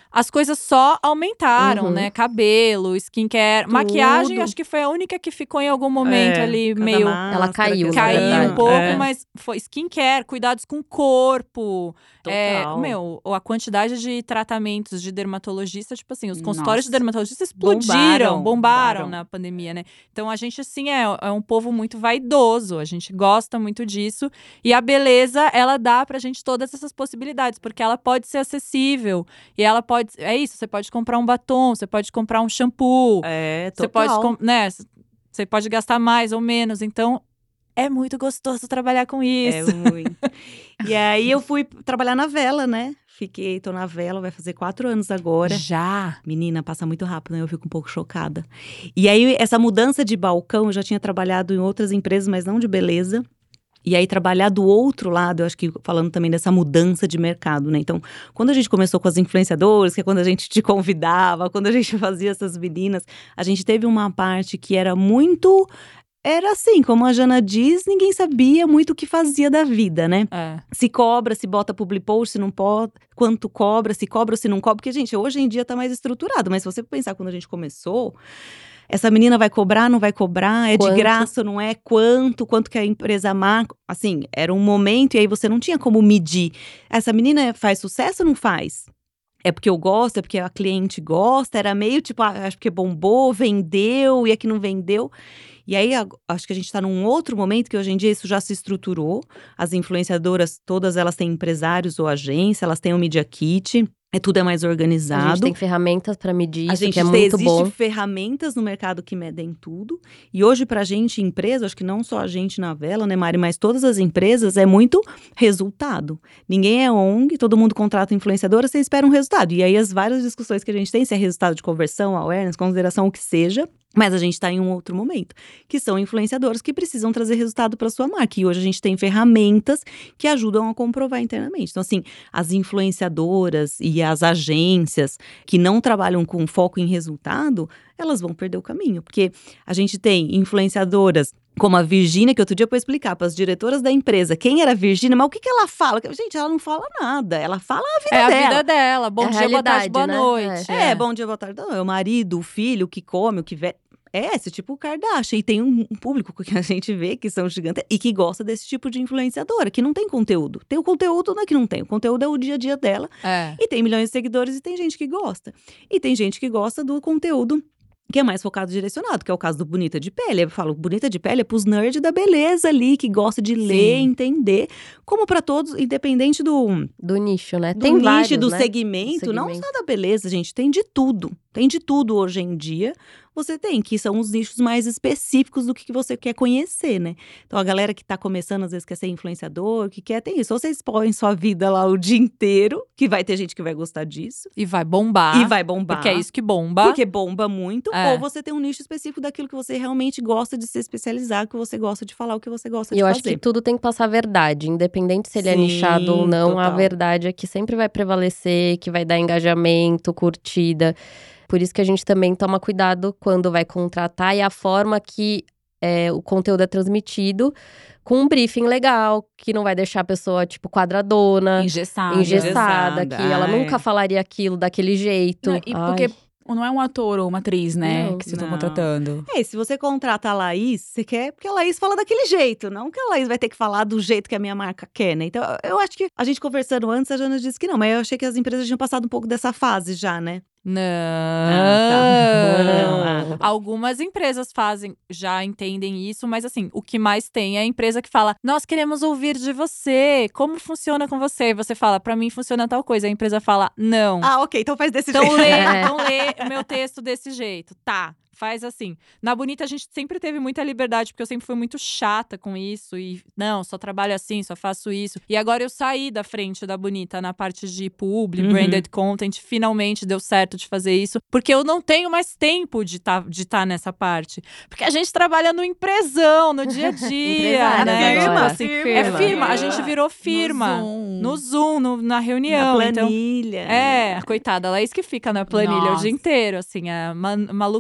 as coisas só aumentaram, Uhum. né? Cabelo, skincare, Tudo. maquiagem, acho que foi a única que ficou em algum momento É, ali cada meio… máscara Ela caiu, que na Caiu verdade. um pouco, é. mas foi skincare, cuidados com o corpo. É, Total. meu, a quantidade de tratamentos de dermatologista, tipo assim, os consultórios de Nossa. dermatologista explodiram, Bombaram, bombaram, bombaram. na pandemia, né? Então a gente, assim, é, é um povo muito vaidoso, a gente gosta muito disso. E a beleza, ela dá pra gente todas essas possibilidades, porque ela pode ser acessível. E ela pode. É isso, você pode comprar um batom, você pode comprar um shampoo. É, Você total. pode, com- né? Você pode gastar mais ou menos. Então, é muito gostoso trabalhar com É isso. muito. E aí eu fui trabalhar na Vela, né? Fiquei, tô na Vela, vai fazer quatro anos agora. Já. Menina, passa muito rápido, né? Eu fico um pouco chocada. E aí, essa mudança de balcão, eu já tinha trabalhado em outras empresas, mas não de beleza. E aí, trabalhar do outro lado, eu acho que falando também dessa mudança de mercado, né? Então, quando a gente começou com as influenciadoras, que é quando a gente te convidava, quando a gente fazia essas meninas, a gente teve uma parte que era muito… Era assim, como a Jana diz, ninguém sabia muito o que fazia da vida, né? É. Se cobra, se bota public post, se não pode, quanto cobra, se cobra ou se não cobra. Porque, gente, hoje em dia tá mais estruturado. Mas se você pensar quando a gente começou, essa menina vai cobrar, não vai cobrar? É Quanto? de graça, não é? Quanto? Quanto que a empresa marca? Assim, era um momento e aí você não tinha como medir. Essa menina faz sucesso ou não faz? É porque eu gosto, é porque a cliente gosta. Era meio tipo, ah, acho que bombou, vendeu e aqui não vendeu. E aí, ag- acho que a gente está num outro momento que hoje em dia isso já se estruturou. As influenciadoras, todas elas têm empresários ou agência, elas têm o Media Kit. É, tudo é mais A organizado. gente tem ferramentas pra medir A isso, gente que é tem- muito existe bom. ferramentas no mercado que medem tudo. E hoje, pra gente, empresa, acho que não só a gente na Vela, né, Mari, mas todas as empresas, é muito resultado. Ninguém é O N G, todo mundo contrata influenciadora, você espera um resultado. E aí, as várias discussões que a gente tem, se é resultado de conversão, awareness, consideração, o que seja. Mas a gente está em um outro momento, que são influenciadores que precisam trazer resultado para sua marca. E hoje a gente tem ferramentas que ajudam a comprovar internamente. Então, assim, as influenciadoras e as agências que não trabalham com foco em resultado, elas vão perder o caminho. Porque a gente tem influenciadoras como a Virgínia, que outro dia eu vou explicar para as diretoras da empresa quem era a Virgínia, mas o que, que ela fala? Gente, ela não fala nada, ela fala a vida É a dela. vida dela. Bom É a dia, boa tarde, realidade, boa né? noite. É, bom dia, boa tarde. Não, é o marido, o filho, o que come, o que vê. É esse tipo Kardashian. E tem um, um público que a gente vê que são gigantes e que gosta desse tipo de influenciadora, que não tem conteúdo. Tem o conteúdo, não é que não tem. O conteúdo é o dia a dia dela. É. E tem milhões de seguidores e tem gente que gosta. E tem gente que gosta do conteúdo que é mais focado e direcionado, que é o caso do Bonita de Pele. Eu falo, Bonita de Pele é pros nerds da beleza ali, que gosta de ler, Sim. entender. Como pra todos, independente do, Do nicho, né? do Tem nicho, vários, e do né? segmento, Do não segmento. só da beleza, gente, tem de tudo. Tem de tudo hoje em dia. Você tem, que são os nichos mais específicos do que que você quer conhecer, né? Então, a galera que tá começando, às vezes, quer ser influenciador, que quer, tem isso. Ou você expõe sua vida lá o dia inteiro, que vai ter gente que vai gostar disso. E vai bombar. E vai bombar. Porque é isso que bomba. Porque bomba muito. É. Ou você tem um nicho específico daquilo que você realmente gosta de se especializar, que você gosta de falar, o que você gosta E de eu fazer. acho que tudo tem que passar a verdade, independente se ele é Sim, nichado ou não, a total. verdade é que sempre vai prevalecer, que vai dar engajamento, curtida. Por isso que a gente também toma cuidado quando vai contratar e a forma que é, o conteúdo é transmitido, com um briefing legal, que não vai deixar a pessoa, tipo, quadradona, Engessada. engessada, que ela Ai. nunca falaria aquilo daquele jeito. Não, e Ai. porque não é um ator ou uma atriz, né, Não. que vocês estão Não. contratando. É, e se você contrata a Laís, você quer porque a Laís fala daquele jeito, não que a Laís vai ter que falar do jeito que a minha marca quer, né? Então, eu acho que a gente conversando antes, a Jana disse que não, mas eu achei que as empresas tinham passado um pouco dessa fase já, né? Não. Ah, tá. Não, ah, tá bom. Algumas empresas fazem, já entendem isso, mas assim, o que mais tem é a empresa que fala: nós queremos ouvir de você, como funciona com você? E você fala: pra mim funciona tal coisa. A empresa fala: não. Ah, ok, então faz desse Então jeito. lê, É. então lê o meu texto desse jeito. Tá, faz assim. Na Bonita a gente sempre teve muita liberdade, porque eu sempre fui muito chata com isso. E não, só trabalho assim, só faço isso. E agora eu saí da frente da Bonita na parte de publi, Uhum. branded content. Finalmente deu certo de fazer isso. Porque eu não tenho mais tempo de tá, de tá nessa parte. Porque a gente trabalha no empresão, no dia a dia. Empresárias né? agora. Tipo assim, Firma, é firma. firma, a gente virou firma. No Zoom. No Zoom, no- na reunião. Na então, planilha. é, a coitada, ela é isso que fica na planilha Nossa. o dia inteiro, assim, a ma- maluca da planilha.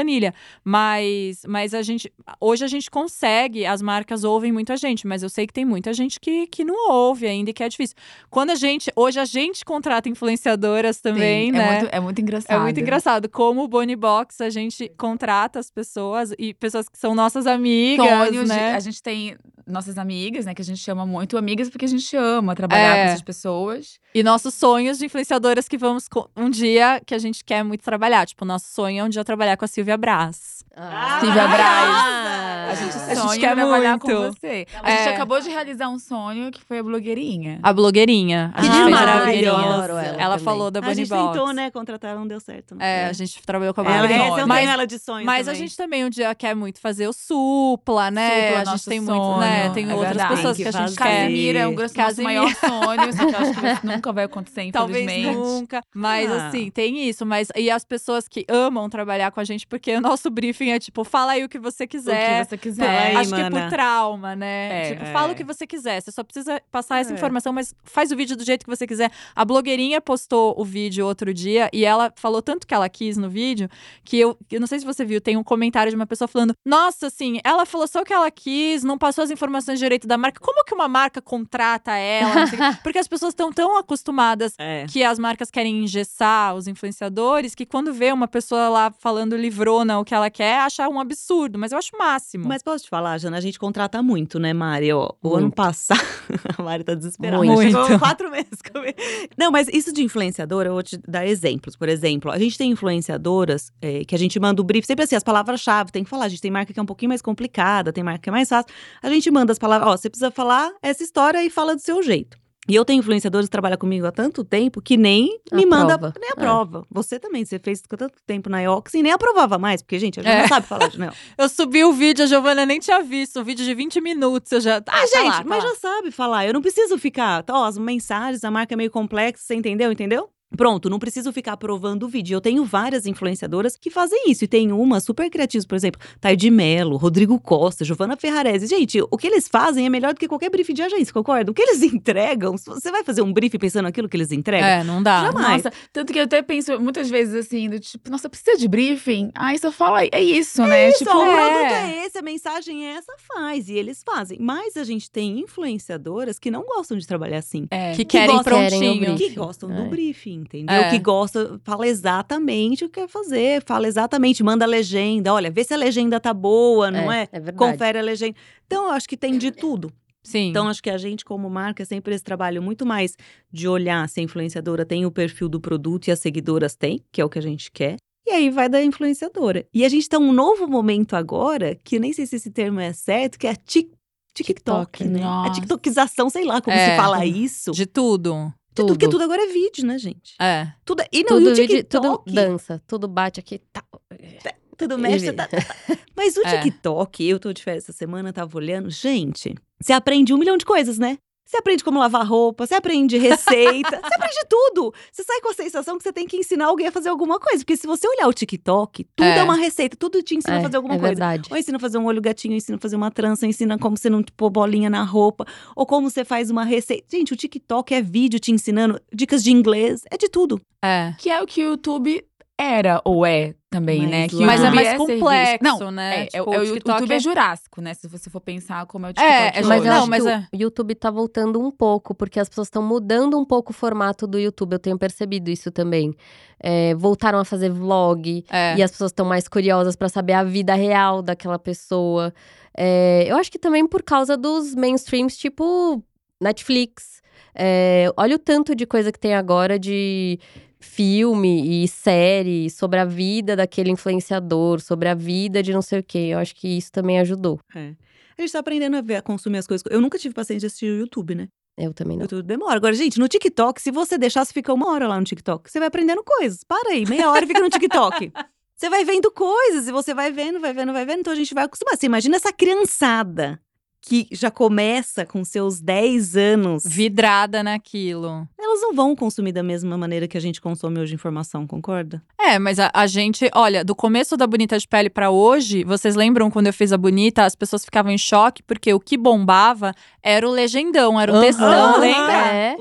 planilha. Mas, mas a gente… Hoje a gente consegue, as marcas ouvem muito a gente. Mas eu sei que tem muita gente que, que não ouve ainda e que é difícil. Quando a gente… Hoje a gente contrata influenciadoras também, Sim, né? É muito, é muito engraçado. É muito engraçado. Como o Bonnie Box, a gente contrata as pessoas e pessoas que são nossas amigas, Sonhos de- né? a gente tem nossas amigas, né? Que a gente chama muito amigas porque a gente ama trabalhar É. com essas pessoas. E nossos sonhos de influenciadoras que vamos… co- Um dia que a gente quer muito trabalhar. Tipo, o nosso sonho é um dia trabalhar com a Silvia Brás. Ah, Silvia Braz. Ah, A gente A gente sonha quer em trabalhar com muito. você. A gente É. acabou de realizar um sonho que foi a blogueirinha. A blogueirinha. A Que gente fez a demais, blogueirinha. eu adoro ela Ela também. falou da A Bonnie gente Box. tentou, né, contratar, não deu certo. Não É, foi. a gente trabalhou com a Ela blogueirinha. é Essa eu mas tenho ela de sonho mas a também. gente também um dia quer muito fazer o Supla, né? Supla, a gente nosso tem muito, sonho, né? Tem é outras verdade. pessoas Tem que, que a gente fazer. quer. Casimira é um nosso Casimira. maior sonho, só que eu acho que isso nunca vai acontecer, Talvez infelizmente. nunca. Mas Ah. assim, tem isso. Mas e as pessoas que amam trabalhar com a gente, porque o nosso briefing é tipo, fala aí o que você O quiser. que você Fala quiser. aí, Acho que é por mana. trauma, né? É. tipo, fala É. o que você quiser. Você só precisa passar essa É. informação, mas faz o vídeo do jeito que você quiser. A blogueirinha postou o vídeo outro dia e ela falou tanto que ela quis no vídeo que eu, eu não sei se você viu, tem um comentário de uma pessoa falando: nossa, assim, ela falou só o que ela quis, não passou as informações direito da marca. Como que uma marca contrata ela? Não sei o quê. Porque as pessoas estão tão acostumadas É. que as marcas querem engessar os influenciadores que quando vê uma pessoa lá falando livrona o que ela quer, acha um absurdo. Mas eu acho o máximo. Mas posso te falar, Jana, a gente contrata muito, né, Mari? Ó, o ano Muito. passado, a Mari tá desesperada. Muito. Chegou quatro meses comigo. Não, mas isso de influenciadora, eu vou te dar exemplos. Por exemplo, a gente tem influenciadoras é, que a gente manda o brief, sempre assim, as palavras-chave, tem que falar. A gente tem marca que é um pouquinho mais complicada, tem marca que é mais fácil. A gente manda as palavras, ó, você precisa falar essa história e fala do seu jeito. E eu tenho influenciadores que trabalham comigo há tanto tempo que nem me manda, Aprova. nem É. aprova. Você também, você fez há tanto tempo na Iox e nem aprovava mais, porque, gente, a gente É. não sabe falar de Neo. Eu subi o vídeo, a Giovana nem tinha visto. O vídeo de vinte minutos, eu já… Ah, Ah, tá gente, lá, tá mas lá. já sabe falar. Eu não preciso ficar. Ó, as mensagens, a marca é meio complexa, você entendeu? Entendeu? Pronto, não preciso ficar aprovando o vídeo. Eu tenho várias influenciadoras que fazem isso. E tem uma super criativa, por exemplo, Taide Mello, Rodrigo Costa, Giovana Ferrarese. Gente, o que eles fazem é melhor do que qualquer brief de agência, concorda? O que eles entregam, se você vai fazer um brief pensando naquilo que eles entregam? É, não dá. Jamais. Nossa, tanto que eu até penso muitas vezes assim, do tipo, nossa, precisa de briefing? Aí só fala, é isso, né? Isso, tipo, ó, o é. produto é esse, a mensagem é essa, faz. E eles fazem. Mas a gente tem influenciadoras que não gostam de trabalhar assim. é. Que querem gostam- querem o prontinho. briefing. Que gostam do É. briefing, entendeu? É. Que gosta, fala exatamente o que quer fazer, fala exatamente, manda a legenda, olha, vê se a legenda tá boa, não é? É verdade. Confere a legenda. Então, eu acho que tem de tudo. Sim. Então, acho que a gente, como marca, sempre esse trabalho muito mais de olhar se a influenciadora tem o perfil do produto e as seguidoras têm, que é o que a gente quer. E aí vai da influenciadora. E a gente tá num novo momento agora, que eu nem sei se esse termo é certo, que é a tic- TikTok, TikTok, né? nossa. A tiktokização, sei lá como É. se fala isso. De De tudo. tudo, porque tudo. tudo agora é vídeo, né, gente? É. Tudo, e não, Tudo, e o vídeo, TikTok, tudo dança, tudo bate aqui. Tá. tudo mexe, E- tá, tá, tá. Mas o É. TikTok, eu tô de férias essa semana, tava olhando, gente, você aprende um milhão de coisas, né? Você aprende como lavar roupa, você aprende receita, você aprende tudo. Você sai com a sensação que você tem que ensinar alguém a fazer alguma coisa. Porque se você olhar o TikTok, tudo é, É. uma receita, tudo te ensina É, a fazer alguma é coisa. verdade. Ou ensina a fazer um olho gatinho, ensina a fazer uma trança, ensina como você não pôr bolinha na roupa. Ou como você faz uma receita. Gente, o TikTok é vídeo te ensinando dicas de inglês, é de tudo. É. Que é o que o YouTube era, ou é também, Mas né? Que lá- o Mas é YouTube mais serviço. complexo, Não, né? É, Tipo, é, o o TikTok YouTube é é- jurássico, né? Se você for pensar como é o TikTok É, é, hoje. Mas eu Não, acho mas que é- o YouTube tá voltando um pouco, porque as pessoas estão mudando um pouco o formato do YouTube. Eu tenho percebido isso também. É, voltaram a fazer vlog, É. e as pessoas estão mais curiosas pra saber a vida real daquela pessoa. É, eu acho que também por causa dos mainstreams, tipo Netflix. É, olha o tanto de coisa que tem agora de filme e série sobre a vida daquele influenciador, sobre a vida de não sei o quê. Eu acho que isso também ajudou. É. A gente tá aprendendo a ver, a consumir as coisas. Eu nunca tive paciência de assistir o YouTube, né? Eu também O não. YouTube demora. Agora, gente, no TikTok, se você deixar, você fica uma hora lá no TikTok. Você vai aprendendo coisas. Para aí, meia hora e fica no TikTok. Você vai vendo coisas e você vai vendo, vai vendo, vai vendo. Então a gente vai acostumar. Você imagina essa criançada que já começa com seus dez anos. Vidrada naquilo. Elas não vão consumir da mesma maneira que a gente consome hoje informação, concorda? É, mas a, a gente, olha, do começo da Bonita de Pele pra hoje, vocês lembram quando eu fiz a Bonita, as pessoas ficavam em choque, porque o que bombava era o legendão, era o Aham. textão, Aham. lembra? É. Os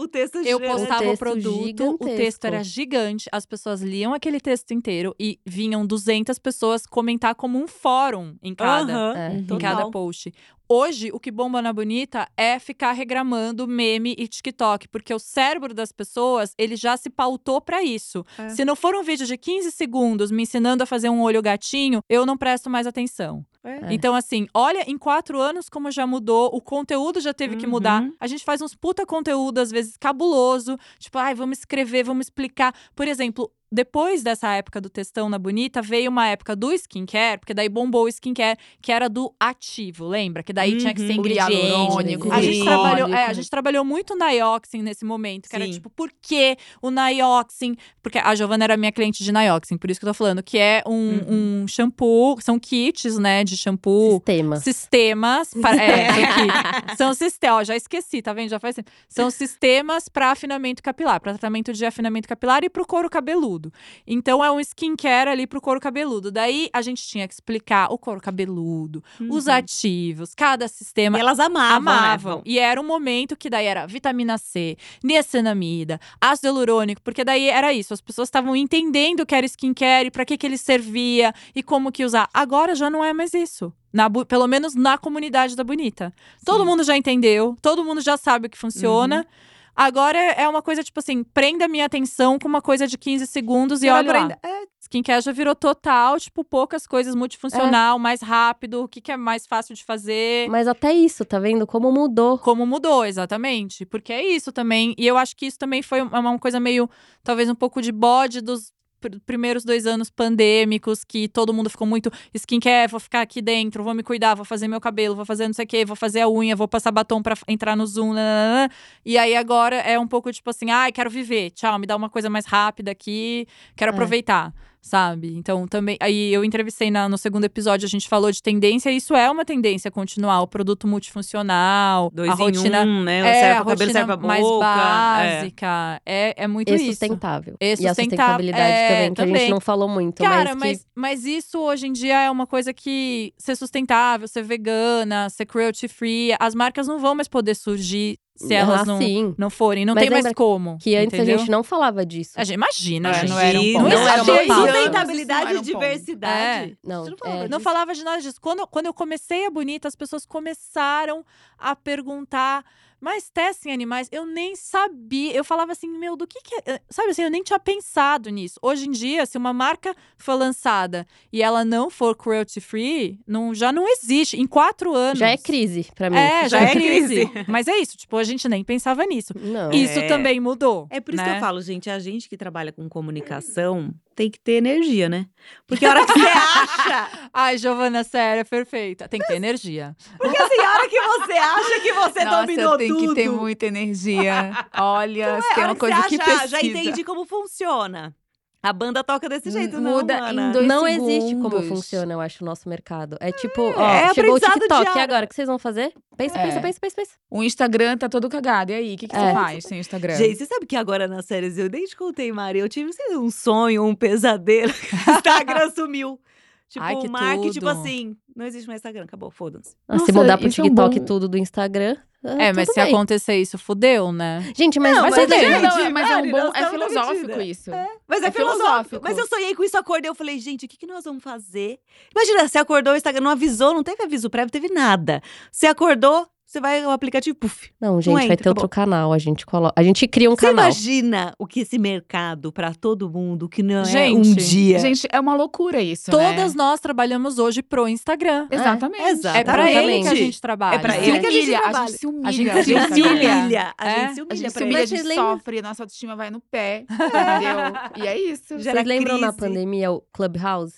o texto Eu gigante. postava o texto produto, o gigantesco. texto era gigante, as pessoas liam aquele texto inteiro e vinham duzentas pessoas comentar como um fórum em cada, Aham, É. em total. cada post. Hoje, o que bomba na Bonita é ficar regramando meme e TikTok, porque o cérebro das pessoas, ele já se pautou pra isso. É. Se não for um vídeo de quinze segundos me ensinando a fazer um olho gatinho, eu não presto mais atenção. É. Então, assim, olha em quatro anos como já mudou, o conteúdo já teve que mudar. Uhum. A gente faz uns puta conteúdo, às vezes, cabuloso. Tipo, ai, vamos escrever, vamos explicar. Por exemplo, depois dessa época do textão na Bonita, veio uma época do skincare, porque daí bombou o skincare, que era do ativo, lembra? Que daí tinha que ser Uhum. O ingrediente. hialurônico, A gente, Sim. trabalhou, é, a glicólico. gente trabalhou muito o Nioxin nesse momento, que era Sim. tipo, por que o Nioxin? Porque a Giovana era minha cliente de Nioxin, por isso que eu tô falando, que é um, Uhum. um shampoo, são kits, né, de shampoo. Sistema. Sistemas. Para, é, aqui. São sistemas. Ó, já esqueci, tá vendo? Já faz tempo. São sistemas para afinamento capilar, para tratamento de afinamento capilar e pro couro cabeludo. Então é um skincare ali pro couro cabeludo. Daí a gente tinha que explicar o couro cabeludo, os Uhum. ativos, cada sistema. E elas amavam, Amavam. né? E era um momento que daí era vitamina C, niacinamida, ácido hialurônico, porque daí era isso. As pessoas estavam entendendo o que era skincare e pra que que ele servia e como que usar. Agora já não é mais isso. Na, bu- pelo menos na comunidade da Bonita. Todo Sim. mundo já entendeu, todo mundo já sabe o que funciona. Uhum. Agora é é uma coisa tipo assim, prenda minha atenção com uma coisa de quinze segundos e Quero olha lá. aprender- É, Skincare já virou total, tipo, poucas coisas, multifuncional, mais rápido, o que, que é mais fácil de fazer. Mas até isso, tá vendo? Como mudou. Como mudou, exatamente. Porque é isso também. E eu acho que isso também foi uma uma coisa meio, talvez um pouco de bode dos pr- primeiros dois anos pandêmicos, que todo mundo ficou muito skincare, vou ficar aqui dentro, vou me cuidar, vou fazer meu cabelo, vou fazer não sei o quê, vou fazer a unha, vou passar batom pra f- entrar no Zoom. Nananana. E aí agora é um pouco tipo assim, ai, quero viver, tchau, me dá uma coisa mais rápida aqui, quero É. aproveitar. Sabe? Então, também. Aí eu entrevistei na- no segundo episódio, a gente falou de tendência, e isso é uma tendência continuar. O produto multifuncional, dois a em rotina. um, né? É, serve a pra cabelo, rotina serve pra mais boca. é. básica. É, é muito E isso. sustentável. E E a sustentável, sustentabilidade é, também, que a também. gente não falou muito. Cara, mas, mas, que... mas isso hoje em dia é uma coisa que ser sustentável, ser vegana, ser cruelty free, as marcas não vão mais poder surgir se elas ah, não, sim. não forem. Não Mas tem mais lembra como. Que antes entendeu? a gente não falava disso. A gente, imagina, É, gente. não era um ponto. Não Não era uma existia pauta. isso. Sustentabilidade Isso não era e um ponto. diversidade. É. Não, A gente não é, falava Não disso. falava de nada disso. Quando, quando eu comecei a Bonita, as pessoas começaram a perguntar, mas testem animais? Eu nem sabia. Eu falava assim, meu, do que que é? Sabe assim, eu nem tinha pensado nisso. Hoje em dia, se uma marca for lançada e ela não for cruelty free, não, já não existe. Em quatro anos. Já é crise pra mim. É, já, Já é é crise. crise. Mas é isso, tipo, a gente nem pensava nisso. Não. Isso É. também mudou. É por isso né? que eu falo, gente, a gente que trabalha com comunicação tem que ter energia, né? Porque a hora que você acha, Ai, Giovana, sério, é perfeita. Tem que ter energia. porque assim, a hora que você acha que você Nossa, dominou tem tudo. que ter muita energia. Olha, se É, tem a hora uma que coisa você que acha, pesquisa. já entendi como funciona. A banda toca desse jeito, não, Muda mana. em dois Não existe como segundos. funciona, eu acho, o nosso mercado. É tipo, é ó, chegou o aprendizado TikTok, e diário. agora? O que vocês vão fazer? Pensa, É. pensa, pensa, pensa, pensa. O Instagram tá todo cagado. E aí, o que, que É. você faz sem o Instagram? Gente, você sabe que agora nas séries, eu nem te contei, Mari, eu tive sei lá, um sonho, um pesadelo. O Instagram sumiu. Tipo, Ai, que o Mark, tipo tudo. assim, não existe mais Instagram, acabou, foda-se. Ah, se Nossa, mudar pro isso é um TikTok bom- tudo do Instagram, ah, É, mas tudo se bem. acontecer isso, fudeu, né? Gente, mas, Não, mas mas vocês é, lembram- Não, gente, mas é um Mari, bom. nós É estamos filosófico metida. isso. Mas é, É filosófico. filosófico. Mas eu sonhei com isso, acordei, eu falei, gente, o que, que nós vamos fazer? Imagina, você acordou, o Instagram não avisou, não teve aviso prévio, teve nada. Você acordou, você vai o aplicativo, puf. Não, gente, vai entra, ter outro acabou. canal, a gente coloca. A gente cria um Você canal. imagina o que esse mercado pra todo mundo, que não é Gente, um dia. Gente, é uma loucura isso, Todas né? nós trabalhamos hoje pro Instagram. Exatamente. Exato. É pra ele que a Exatamente. gente trabalha. É pra Se ele que a gente humilha, a trabalha. gente se humilha. A gente A se gente se humilha. humilha, a É? gente se A humilha gente se pra humilha, a ele. gente Mas vocês lembram- sofre, a nossa autoestima vai no pé, entendeu? E é isso. Gera Vocês lembram na crise. pandemia o Clubhouse?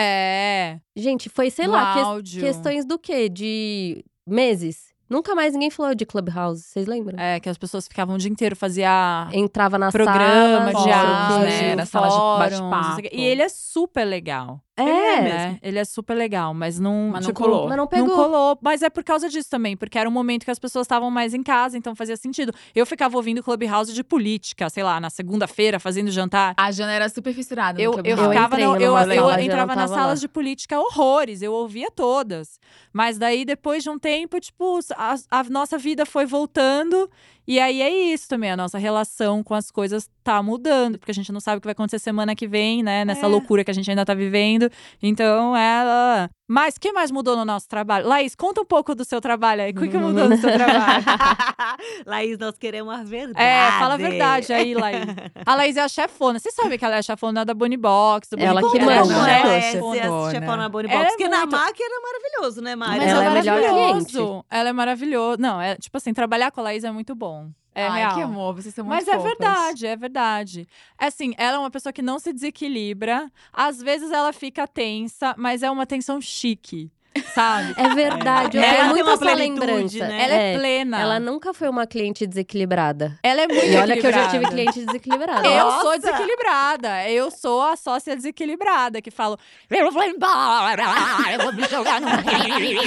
É. Gente, foi, sei No lá, que- áudio. questões do quê? De meses? Nunca mais ninguém falou de Clubhouse, vocês lembram? É, que as pessoas ficavam o dia inteiro, fazia Entrava na programa sala, de fóruns, áudio, né? Era sala de fóruns, bate-papo. não sei o quê. E ele é super legal. É, é né? Ele é super legal, mas não. Mas não tipo, colou. mas não pegou. Não colou, mas é por causa disso também, porque era um momento que as pessoas estavam mais em casa, então fazia sentido. Eu ficava ouvindo Clubhouse de política, sei lá, na segunda-feira, fazendo jantar. A Jana era super fissurada Eu, no eu Clubhouse. ficava, entrei no- eu, numa eu sala, já entrava não nas tava salas lá. de política horrores, eu ouvia todas. Mas daí, depois de um tempo, tipo, a, a nossa vida foi voltando. E aí é isso também, a nossa relação com as coisas tá mudando, porque a gente não sabe o que vai acontecer semana que vem, né? Nessa É. loucura que a gente ainda tá vivendo. Então, ela. Mas o que mais mudou no nosso trabalho? Laís, conta um pouco do seu trabalho aí. O que, que mudou no seu trabalho? Laís, nós queremos a verdade. É, fala a verdade aí, Laís. A Laís é a chefona. Vocês sabem que ela é a chefona da Bonnie Box. Do Ela Bonnie que Box. manda. Ela Como é ela é chefona. ser chefona na Bonnie Ela Box? é Porque na muito- M A C era maravilhoso, né, Mari? Mas Ela é é a melhor maravilhoso. Ela é maravilhosa. Não, é tipo assim, trabalhar com a Laís é muito bom. É Ai, real. que amor, vocês são muito Mas é fofas. verdade, é verdade. É assim, ela é uma pessoa que não se desequilibra. Às vezes ela fica tensa, mas é uma tensão chique, sabe? É verdade, eu Ela tenho tem muito uma essa plenitude, lembrança. né? Ela é, plena. Ela nunca foi uma cliente desequilibrada. Ela é muito E olha que eu já tive equilibrada. cliente desequilibrada. Eu Nossa! sou desequilibrada. Eu sou a sócia desequilibrada que falo. Eu vou embora, eu vou me jogar no rio.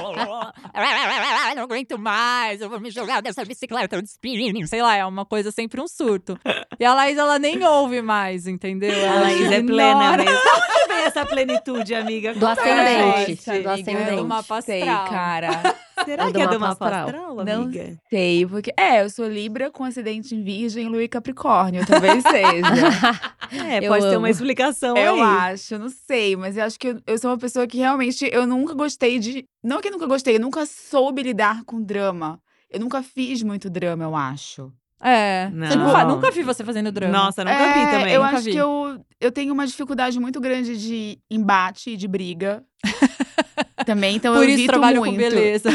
Eu não aguento mais, eu vou me jogar dessa bicicleta de spinning. Sei lá, é uma coisa sempre um surto. E a Laís, ela nem ouve mais, entendeu? A Ela Laís é ignora. plena mesmo. Da onde vem essa plenitude, amiga? Do Conta pra ascendente, gente. do amiga, ascendente. eu não Mapa sei, astral. cara. Será É do que é do mapa mapa astral. astral, Não amiga? sei, porque… É, eu sou Libra com acidente em Virgem, Lua e Capricórnio, talvez seja. É, Eu pode ter amo. uma explicação Eu aí. acho, não sei, mas eu acho que eu, eu sou uma pessoa que realmente, eu nunca gostei de… Não que eu nunca gostei, eu nunca soube lidar com drama. Eu nunca fiz muito drama, eu acho. É. Você não Não. fa- nunca vi você fazendo drama. Nossa, nunca É, vi também. Eu Nunca acho vi. que eu, eu tenho uma dificuldade muito grande de embate, de briga. Também, então Por eu isso evito trabalho muito. com beleza.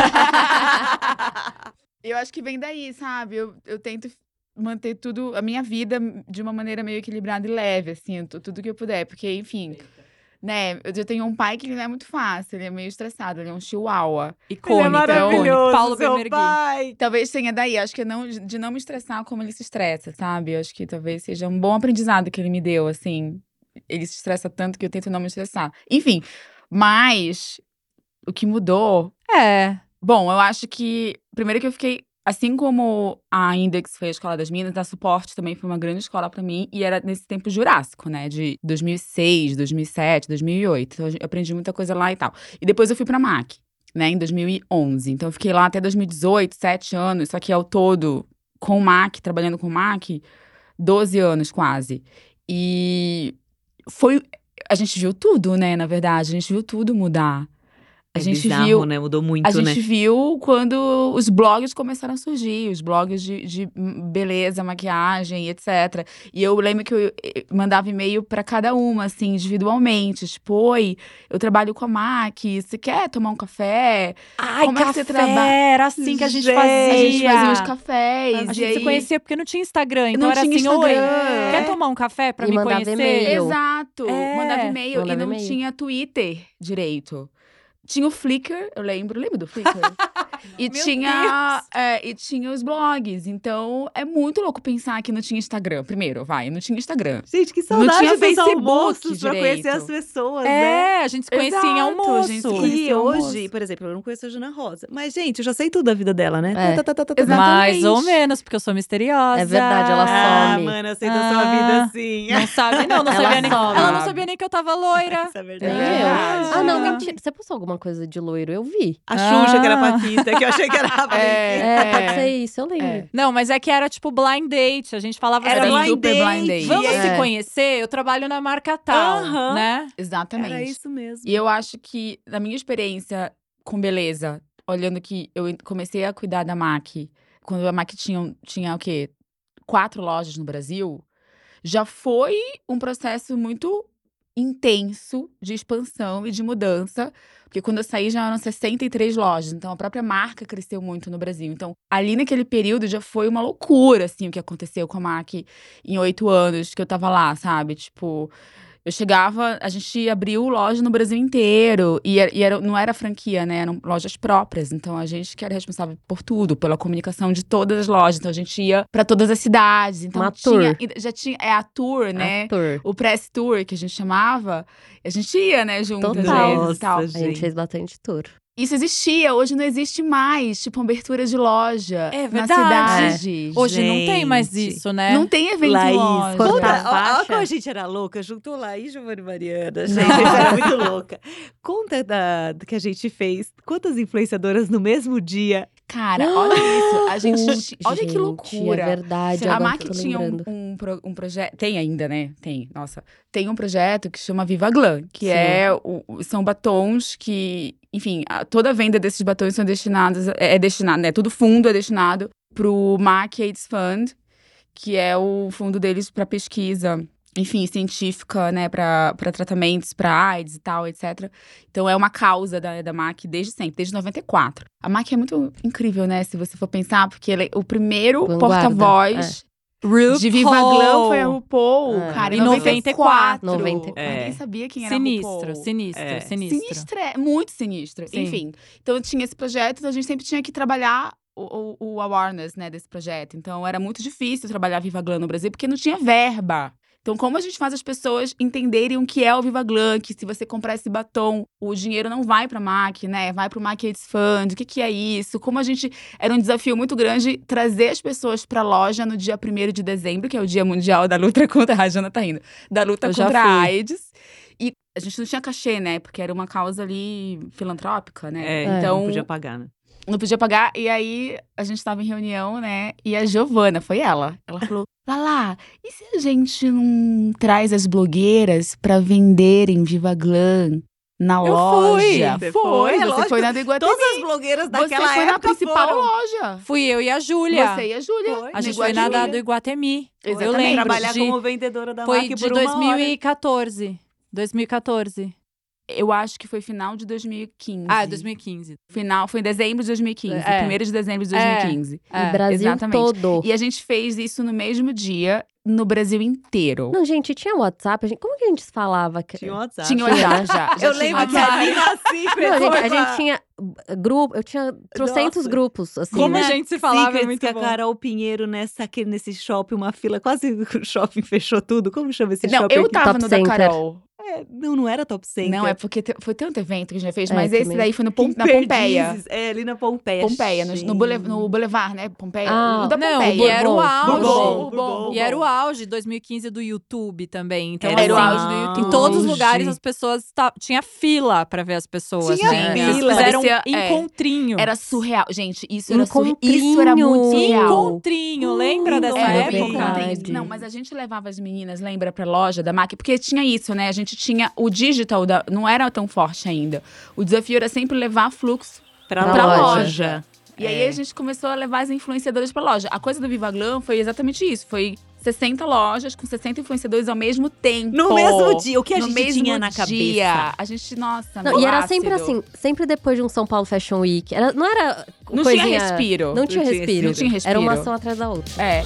Eu acho que vem daí, sabe? Eu, eu tento manter tudo, a minha vida de uma maneira meio equilibrada e leve, assim, tu- tudo que eu puder. Porque, enfim, né? Eu já tenho um pai que ele não é muito fácil, ele é meio estressado, ele é um chihuahua. Icônico. Ele é maravilhoso, icônico. Paulo seu Bemergui. pai. Talvez tenha daí, acho que é não, de não me estressar como ele se estressa, sabe? Eu acho que talvez seja um bom aprendizado que ele me deu, assim. Ele se estressa tanto que eu tento não me estressar. Enfim, mas o que mudou… É. Bom, eu acho que… Primeiro que eu fiquei… Assim como a Index foi a escola das minas, a Suporte também foi uma grande escola pra mim. E era nesse tempo jurássico, né? De dois mil e seis, dois mil e sete, dois mil e oito. Então eu aprendi muita coisa lá e tal. E depois eu fui pra M A C, né? Em dois mil e onze. Então eu fiquei lá até dois mil e dezoito, sete anos. Só que ao todo, com o M A C, trabalhando com o M A C, doze anos quase. E foi… A gente viu tudo, né? Na verdade, a gente viu tudo mudar. A É gente bizarro, viu… né? Mudou muito, A gente né? viu quando os blogs começaram a surgir, os blogs de, de beleza, maquiagem, etcétera. E eu lembro que eu eh, mandava e-mail pra cada uma, assim, individualmente. Tipo, oi, eu trabalho com a M A C, você quer tomar um café? Ai, Como é que café, você trabalha? era assim que a gente Gente, fazia. A gente fazia uns cafés. A e gente aí… se conhecia porque não tinha Instagram, então Não era tinha assim, Instagram. oi, quer tomar um café pra E me mandava conhecer? e-mail. Exato, É, mandava e-mail mandava e não e-mail. tinha Twitter direito. Tinha o Flickr, eu lembro, lembra do Flickr? E Meu tinha, é, e tinha os blogs. Então, é muito louco pensar que não tinha Instagram. Primeiro, vai, não tinha Instagram. Gente, que Não saudade tinha dos Facebook almoços pra conhecer direito. as pessoas, né? É, a gente se conhecia em Exato, a almoço. gente se E conhecia em hoje, almoço. por exemplo, eu não conheço a Jana Rosa. Mas, gente, eu já sei tudo da vida dela, né? É. Tá, tá, tá, tá, tá, tá. Exatamente. Mais ou menos, porque eu sou misteriosa. É verdade, ela Ah, some. mano, eu sei da sua vida Ah, assim. Não sabe, não, não Ela sabia nem. some. Ela não sabia nem que eu tava loira. Isso é Nem verdade. eu. verdade. Ah, não, Ah. mentira. Você postou alguma coisa de loiro? Eu vi. A Xuxa, que era Ah. Paquita, que eu achei que era a Paquita. É, É, pode ser isso, eu lembro. É. Não, mas é que era tipo blind date. A gente falava Era assim. Era blind super date. blind date. Vamos É. se conhecer? Eu trabalho na marca tal, Aham. né? Exatamente. Era isso mesmo. E eu acho que, na minha experiência com beleza, olhando que eu en- comecei a cuidar da M A C, quando a M A C tinha, tinha o quê? Quatro lojas no Brasil, já foi um processo muito intenso de expansão e de mudança. Porque quando eu saí já eram sessenta e três lojas, então a própria marca cresceu muito no Brasil. Então, ali naquele período já foi uma loucura, assim, o que aconteceu com a M A C em oito anos que eu tava lá, sabe? Tipo… Eu chegava, a gente abriu loja no Brasil inteiro. E, era, e era, não era franquia, né? Eram lojas próprias. Então, a gente que era responsável por tudo. Pela comunicação de todas as lojas. Então, a gente ia pra todas as cidades. Então, Uma tinha, tour. já tinha, é a tour, né? A tour. O press tour, que a gente chamava. A gente ia, né, juntas Total. às vezes e tal. Nossa, A gente gente. fez bastante tour. Isso existia, hoje não existe mais. Tipo, abertura de loja É na verdade. cidade. Hoje não tem mais Gente. isso, né? Não tem evento em Laís, loja. Conta- conta, ó, ó faixa. como a gente era louca, juntou Laís, Giovanna e Mariana, gente, a gente era muito louca. Conta da, do que a gente fez, quantas influenciadoras no mesmo dia. Cara, olha isso. A gente. Putz, ti- olha que gente, loucura. É verdade, A agora MAC que eu tô tinha um, lembrando. um, pro- um projeto. Tem ainda, né? Tem. Nossa. Tem um projeto que chama Viva Glam, que Sim. é. O, o- são batons que. Enfim, a- toda a venda desses batons são destinados. É, é destinado, né? Todo fundo é destinado pro MAC AIDS Fund, que é o fundo deles para pesquisa. Enfim, científica, né, para tratamentos, para AIDS e tal, etcétera. Então, é uma causa da, da MAC desde sempre, desde noventa e quatro. A MAC é muito incrível, né, se você for pensar, porque ela é o primeiro Vanguarda, porta-voz RuPaul. de Viva Glam foi a RuPaul, É. cara, em Em noventa e quatro. noventa e quatro. Ninguém É. sabia quem era a Sinistro, RuPaul. sinistro, É. sinistro. Sinistra, é, muito sinistra. Sim. Enfim, então tinha esse projeto, então a gente sempre tinha que trabalhar o, o, o awareness, né, desse projeto. Então era muito difícil trabalhar Viva Glam no Brasil, porque não tinha verba. Então, como a gente faz as pessoas entenderem o que é o Viva Glam, que se você comprar esse batom, o dinheiro não vai pra MAC, né? Vai pro MAC AIDS Fund, o que que é isso? Como a gente… Era um desafio muito grande trazer as pessoas pra loja no dia primeiro de dezembro, que é o Dia Mundial da Luta contra… A Jana tá rindo. Da luta Eu já contra a fui. AIDS. E a gente não tinha cachê, né? Porque era uma causa ali filantrópica, né? É, então, não podia pagar, né? não podia pagar. E aí, a gente tava em reunião, né? E a Giovana, foi ela. Ela falou, Lala, e se a gente não traz as blogueiras pra venderem Viva Glam na Eu loja? fui. Você Foi, foi, é você lógico. foi na do Iguatemi. Todas as blogueiras Você daquela foi na época principal foram. loja. Fui eu e a Júlia. Você e a Júlia. Foi. A gente no foi na Iguatemi. da do Iguatemi. Eu Exatamente. lembro. Trabalhar de, como vendedora da foi MAC de por uma dois mil hora. e quatorze. dois mil e quatorze. Eu acho que foi final de dois mil e quinze. Ah, dois mil e quinze. Final, foi em dezembro de dois mil e quinze. É. primeiro de dezembro de dois mil e quinze. É, o Brasil exatamente. todo. E a gente fez isso no mesmo dia, no Brasil inteiro. Não, gente, tinha WhatsApp. a gente- Como que a gente falava? que- Tinha um WhatsApp. Tinha WhatsApp já. já Eu tinha lembro que WhatsApp. a Nina Cifre Não, a gente, foi a pra- gente tinha uh, grupo, eu tinha trocentos Nossa. grupos, assim, Como né? a gente se falava, é Secrets, muito que a bom. Carol Pinheiro nessa, aquele- nesse shopping, uma fila, quase o shopping fechou tudo. Como chama esse Não, shopping? eu aqui? tava Top no da Center. Carol. É, não, não era Top Center. Não, é porque te- foi tanto evento que a gente já fez, É, mas esse também. daí foi no Pom- na Em Pompeia. Perdizes. É, ali na Pompeia. Pompeia, no, no, bule- no Gente. Boulevard, né? Pompeia. Ah, o da Não, Pompeia. e era o Bourbon. auge. Bourbon, Bourbon, Bourbon. E era o auge, dois mil e quinze, do YouTube também. Então, Era o assim, auge do YouTube. em todos os Auge. lugares as pessoas… ta- Tinha fila pra ver as pessoas, Tinha né? fila. Eles fizeram Parecia- é. encontrinho. Era surreal. Gente, isso era, surre... Encontrinho. isso era muito surreal. Encontrinho, lembra dessa Era Nossa, bem época? verdade. contente. Não, mas a gente levava as meninas, lembra, pra loja da MAC? Porque tinha isso, né? A gente tinha o digital, da... não era tão forte ainda. O desafio era sempre levar fluxo Pra, Pra loja. loja. E aí É. a gente começou a levar as influenciadoras pra loja. A coisa do Viva Glam foi exatamente isso. Foi sessenta lojas com sessenta influenciadores ao mesmo tempo. No mesmo dia. O que a no gente mesmo tinha na dia. cabeça? A gente, nossa, Não, meu e era ácido. sempre assim, sempre depois de um São Paulo Fashion Week. Era, não era Não coisinha… tinha respiro. Não tinha Não tinha respiro. Não tinha respiro. Era uma ação atrás da outra. É.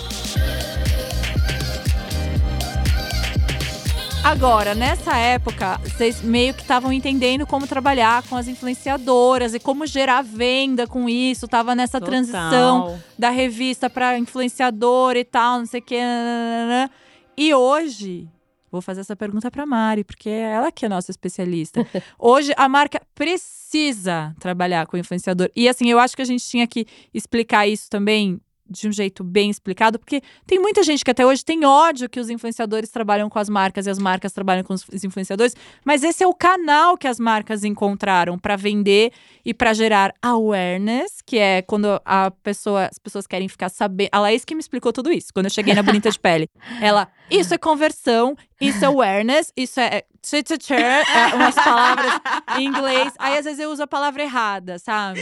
Agora, nessa época, vocês meio que estavam entendendo como trabalhar com as influenciadoras e como gerar venda com isso. Tava nessa Total. transição da revista pra influenciadora e tal, não sei o que. nananana. E hoje, vou fazer essa pergunta pra Mari, porque é ela que é a nossa especialista. Hoje, a marca precisa trabalhar com influenciador. E assim, eu acho que a gente tinha que explicar isso também de um jeito bem explicado, porque tem muita gente que até hoje tem ódio que os influenciadores trabalham com as marcas e as marcas trabalham com os influenciadores, mas esse é o canal que as marcas encontraram para vender e para gerar awareness, que é quando a pessoa, as pessoas querem ficar sabendo. A Laís que me explicou tudo isso, quando eu cheguei na Bonita de Pele. Ela, isso é conversão, isso é awareness, isso é é umas palavras em inglês. Aí, às vezes, eu uso a palavra errada, sabe?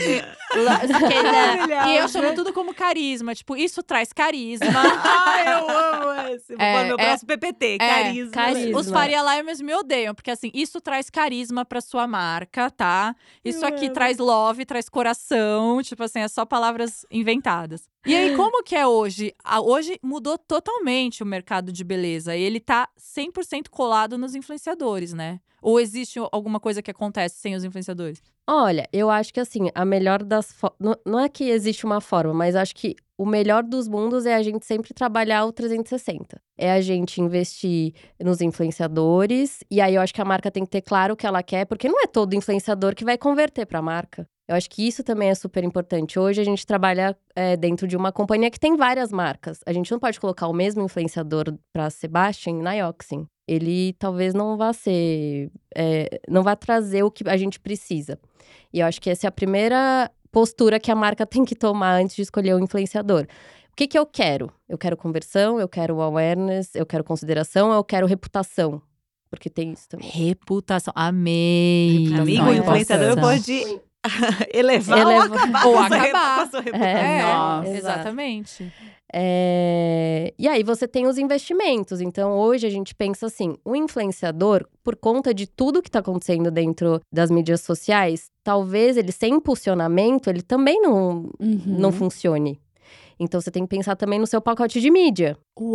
E eu chamo tudo como carisma. Tipo, isso traz carisma. Ai, eu amo esse. Vou É, pôr no meu é- próximo P P T. é, carisma. carisma. Os Faria Limers me odeiam, porque assim, isso traz carisma pra sua marca, tá? Isso Eu aqui amo. traz love, traz coração. Tipo assim, é só palavras inventadas. E aí, como que é hoje? Ah, Hoje mudou totalmente o mercado de beleza. E ele tá cem por cento colado nos influenciadores, né? Ou existe alguma coisa que acontece sem os influenciadores? Olha, eu acho que assim, a melhor das fo- não, não é que existe uma forma, mas acho que o melhor dos mundos é a gente sempre trabalhar o trezentos e sessenta. É a gente investir nos influenciadores, e aí eu acho que a marca tem que ter claro o que ela quer, porque não é todo influenciador que vai converter pra marca. Eu acho que isso também é super importante. Hoje a gente trabalha é, dentro de uma companhia que tem várias marcas. A gente não pode colocar o mesmo influenciador pra Sebastian na Yoxin. Ele talvez não vá ser, é, não vá trazer o que a gente precisa. E eu acho que essa é a primeira postura que a marca tem que tomar antes de escolher o influenciador. O que que eu quero? Eu quero conversão, eu quero awareness, eu quero consideração, eu quero reputação. Porque tem isso também. Reputação. Amei. Reputação Amigo, o é influenciador Reputação. pode elevar ou Eleva- acabar Ou com a sua repu- acabar. com a sua reputação. É, Nossa. exatamente. É, E aí você tem os investimentos. Então, hoje a gente pensa assim: o influenciador, por conta de tudo que está acontecendo dentro das mídias sociais, talvez ele sem impulsionamento, ele também não, Uhum. não funcione. Então, você tem que pensar também no seu pacote de mídia.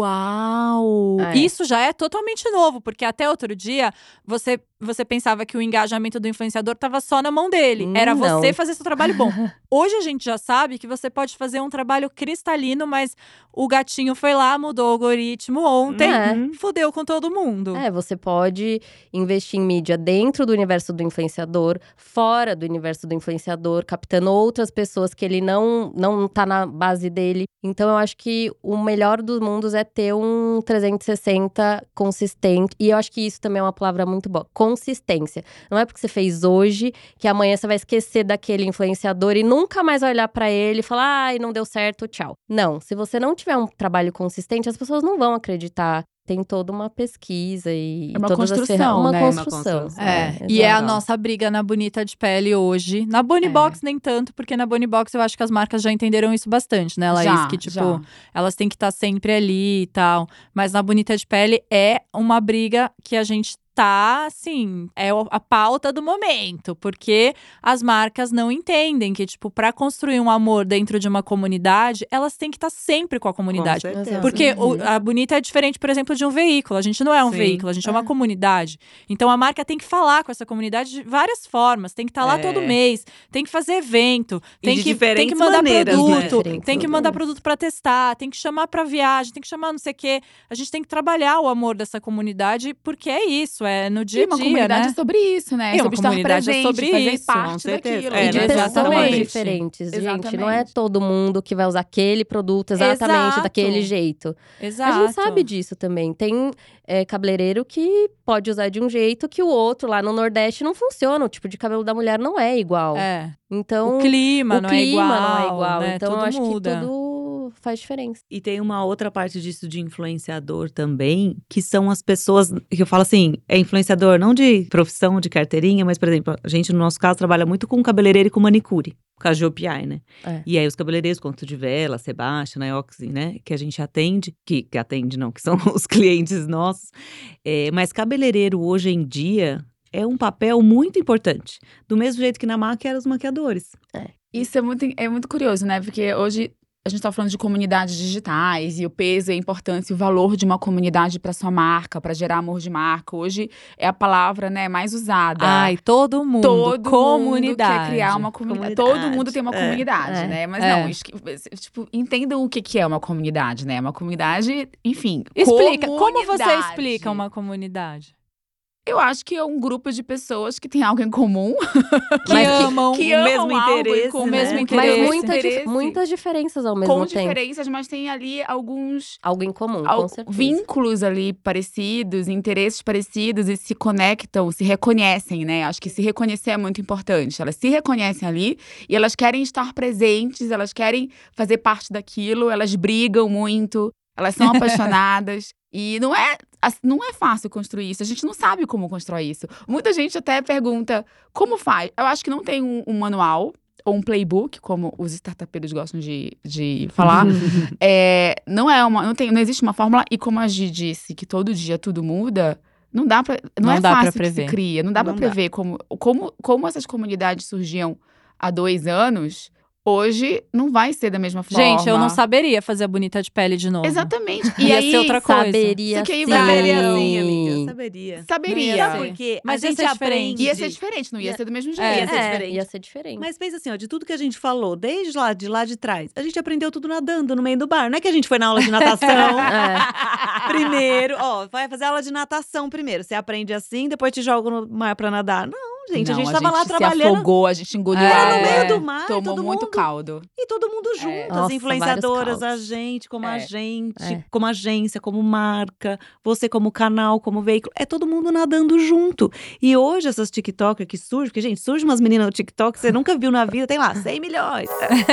Uau! É. Isso já é totalmente novo, porque até outro dia você, você pensava que o engajamento do influenciador estava só na mão dele. Hum, Era não. você fazer seu trabalho bom. Hoje a gente já sabe que você pode fazer um trabalho cristalino, mas o gatinho foi lá, mudou o algoritmo ontem, É. fudeu com todo mundo. É, você pode investir em mídia dentro do universo do influenciador, fora do universo do influenciador, captando outras pessoas que ele não, não tá na base dele. Então, eu acho que o melhor dos mundos é ter um trezentos e sessenta consistente. E eu acho que isso também é uma palavra muito boa. Consistência. Não é porque você fez hoje que amanhã você vai esquecer daquele influenciador e nunca mais vai olhar pra ele e falar, ai, não deu certo, tchau. Não, se você não tiver um trabalho consistente, as pessoas não vão acreditar. Tem toda uma pesquisa e É uma todas as construção, ferramentas. Uma né? Uma construção. construção. É, e é a exato. nossa briga na Bonita de Pele hoje. Na Bonnie É. Box nem tanto, porque na Bonnie Box eu acho que as marcas já entenderam isso bastante, né, Laís? Já, que, tipo, já. elas têm que estar sempre ali e tal. Mas na Bonita de Pele é uma briga que a gente tá, assim, é o- a pauta do momento. Porque as marcas não entendem que, tipo, pra construir um amor dentro de uma comunidade, elas têm que estar sempre com a Com comunidade. certeza. Porque o- Uhum. a Bonita é diferente, por exemplo, de um veículo. A gente não é um Sim. veículo, a gente é uma comunidade. Então a marca tem que falar com essa comunidade de várias formas. Tem que estar lá É. todo mês, tem que fazer evento, E tem de que, tem que diferentes mandar maneiras, né? produto, Diferentes tem que mandar maneiras. produto pra testar, tem que chamar pra viagem, tem que chamar não sei o quê. A gente tem que trabalhar o amor dessa comunidade, porque é isso, é no dia E a uma dia, comunidade né? é sobre isso, né? E uma sobre estar comunidade é presente, sobre fazer isso, com parte certeza. daquilo. É, E de né? pessoas Exatamente. diferentes, gente. Não é Exatamente. todo mundo que vai usar aquele produto exatamente Exato. daquele jeito. Exato. A gente sabe disso também. Tem é, cabeleireiro que pode usar de um jeito que o outro lá no Nordeste não funciona. O tipo de cabelo da mulher não é igual. É. Então, O clima o não clima é igual, não é igual. né? Então, Tudo eu acho muda. que tudo faz diferença. E tem uma outra parte disso de influenciador também, que são as pessoas que eu falo assim, é influenciador não de profissão, de carteirinha, mas, por exemplo, a gente, no nosso caso, trabalha muito com cabeleireiro e com manicure, por causa de O P I, né? É. E aí os cabeleireiros, Conto de Vela, Sebastião, Naioxi, né? Que a gente atende, que, que atende não, que são os clientes nossos. É, mas cabeleireiro hoje em dia é um papel muito importante. Do mesmo jeito que na máquina eram os maquiadores. Isso é muito, é muito curioso, né? Porque hoje a gente tá falando de comunidades digitais e o peso, e a importância e o valor de uma comunidade para sua marca, para gerar amor de marca. Hoje é a palavra, né, mais usada. Ai, todo mundo. Todo comunidade. mundo quer criar uma comunidade. Comunidade, Todo mundo tem uma é. comunidade, É. né? Mas É. não, esque- tipo, entendam o que que é uma comunidade, né? Uma comunidade, enfim, Explica. Como você comunidade. explica uma comunidade? Eu acho que é um grupo de pessoas que tem algo em comum. Que Mas que- amam. que o amam mesmo algo em interesse, comum, o mesmo né? interesse. Mas muita dif- interesse, muitas diferenças ao mesmo com tempo. diferenças, mas tem ali alguns Algo em comum, al- com certeza. vínculos ali parecidos, interesses parecidos e se conectam, se reconhecem, né? Acho que se reconhecer é muito importante. Elas se reconhecem ali e elas querem estar presentes, elas querem fazer parte daquilo, elas brigam muito, elas são apaixonadas. E não é, assim, não é fácil construir isso. A gente não sabe como constrói isso. Muita gente até pergunta como faz. Eu acho que não tem um, um manual ou um playbook, como os startupeiros gostam de, de falar. É, não é uma, não tem, não existe uma fórmula. E como a Gi disse que todo dia tudo muda, não dá pra, não, Não é dá pra fácil que prever. se cria. Não dá Não pra dá. prever como, como, como essas comunidades surgiam há dois anos. Hoje não vai ser da mesma forma. Gente, eu não saberia fazer a Bonita de Pele de novo. Exatamente. E Ia aí, ser outra coisa. Saberia Só que aí sim. vai- Saberia sim, amiga. Saberia. saberia. Não Sabe ser. por quê? Mas a ia gente ser diferente. aprende. Ia ser diferente, não ia Ia- ser do mesmo É. jeito. Ia ser É, diferente. ia ser diferente. Mas pensa assim, ó, de tudo que a gente falou, desde lá, de lá de trás, a gente aprendeu tudo nadando no meio do bar. Não é que a gente foi na aula de natação É. primeiro, ó, vai fazer aula de natação primeiro. Você aprende assim, depois te joga no mar pra nadar. Não, gente, Não, a gente tava lá se trabalhando afogou, a gente engoliu É. água. No meio do mar, Tomou todo muito mundo- caldo. e todo mundo junto, É. as Nossa, influenciadoras, vários a caldos. gente, como É. agente, É. como agência, como marca, você como canal, como veículo, é todo mundo nadando junto. E hoje essas TikTokers que surgem, porque gente, surge umas meninas no TikTok que você nunca viu na vida, tem lá cem milhões.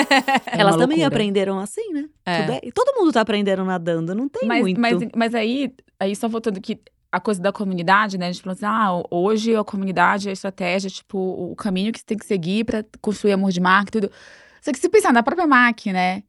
É Elas uma também loucura. aprenderam assim, né? É. Tudo é- todo mundo tá aprendendo nadando, não tem Mas, muito. mas, mas aí, aí, só voltando que a coisa da comunidade, né? A gente falou assim, ah, hoje a comunidade, a estratégia, tipo, o caminho que você tem que seguir pra construir amor de marca e tudo. Só que se pensar na própria M A C, né?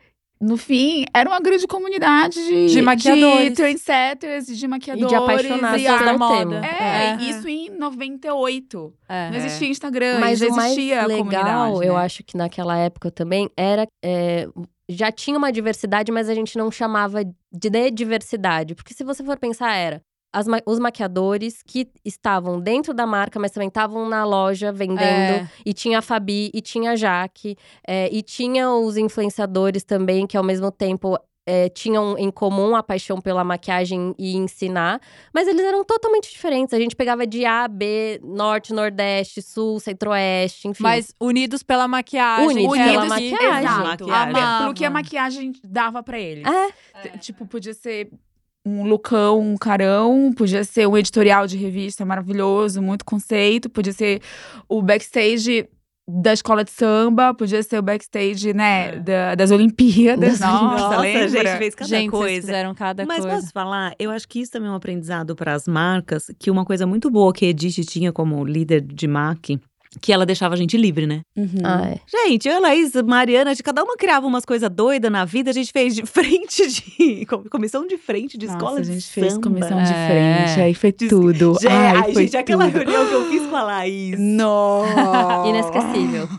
No fim, era uma grande comunidade de, De maquiadores. de trendsetters, de maquiadores. E de apaixonados e pessoas da pelo moda. tema. É, É. isso em noventa e oito. É. Não existia Instagram, Mas já o mais existia a legal, comunidade, eu né? acho que naquela época também, era… é, já tinha uma diversidade, mas a gente não chamava de, de diversidade. Porque se você for pensar, era… As ma- os maquiadores que estavam dentro da marca, mas também estavam na loja vendendo. É. E tinha a Fabi, e tinha a Jaque. é, e tinha os influenciadores também, que ao mesmo tempo… é, tinham em comum a paixão pela maquiagem e ensinar. Mas eles eram totalmente diferentes. A gente pegava de A, B, Norte, Nordeste, Sul, Centro-Oeste, enfim. Mas unidos pela maquiagem. Unidos que era pela o que- maquiagem. Exato. Maquiagem. Pe- Pelo que a Amava. maquiagem dava pra eles. É. T- Tipo, podia ser um lookão, um carão, podia ser um editorial de revista maravilhoso, muito conceito, podia ser o backstage da escola de samba, podia ser o backstage, né, É. da- das Olimpíadas. Nossa, Nossa, lembra? a gente fez cada Gente, vocês coisa. fizeram cada Mas coisa. posso falar? Eu acho que isso também é um aprendizado para as marcas, que uma coisa muito boa que a Edith tinha como líder de M A C, que ela deixava a gente livre, né? Uhum. Ah, é. Gente, eu, Laís, Mariana, de cada uma criava umas coisas doidas na vida, a gente fez de frente de… comissão de frente de Nossa, escola a de gente fez samba. comissão de É. frente, aí foi Diz- tudo. Gente, Ai, ai, foi gente, aquela tudo. reunião que eu fiz com a Laís. Nossa! Inesquecível.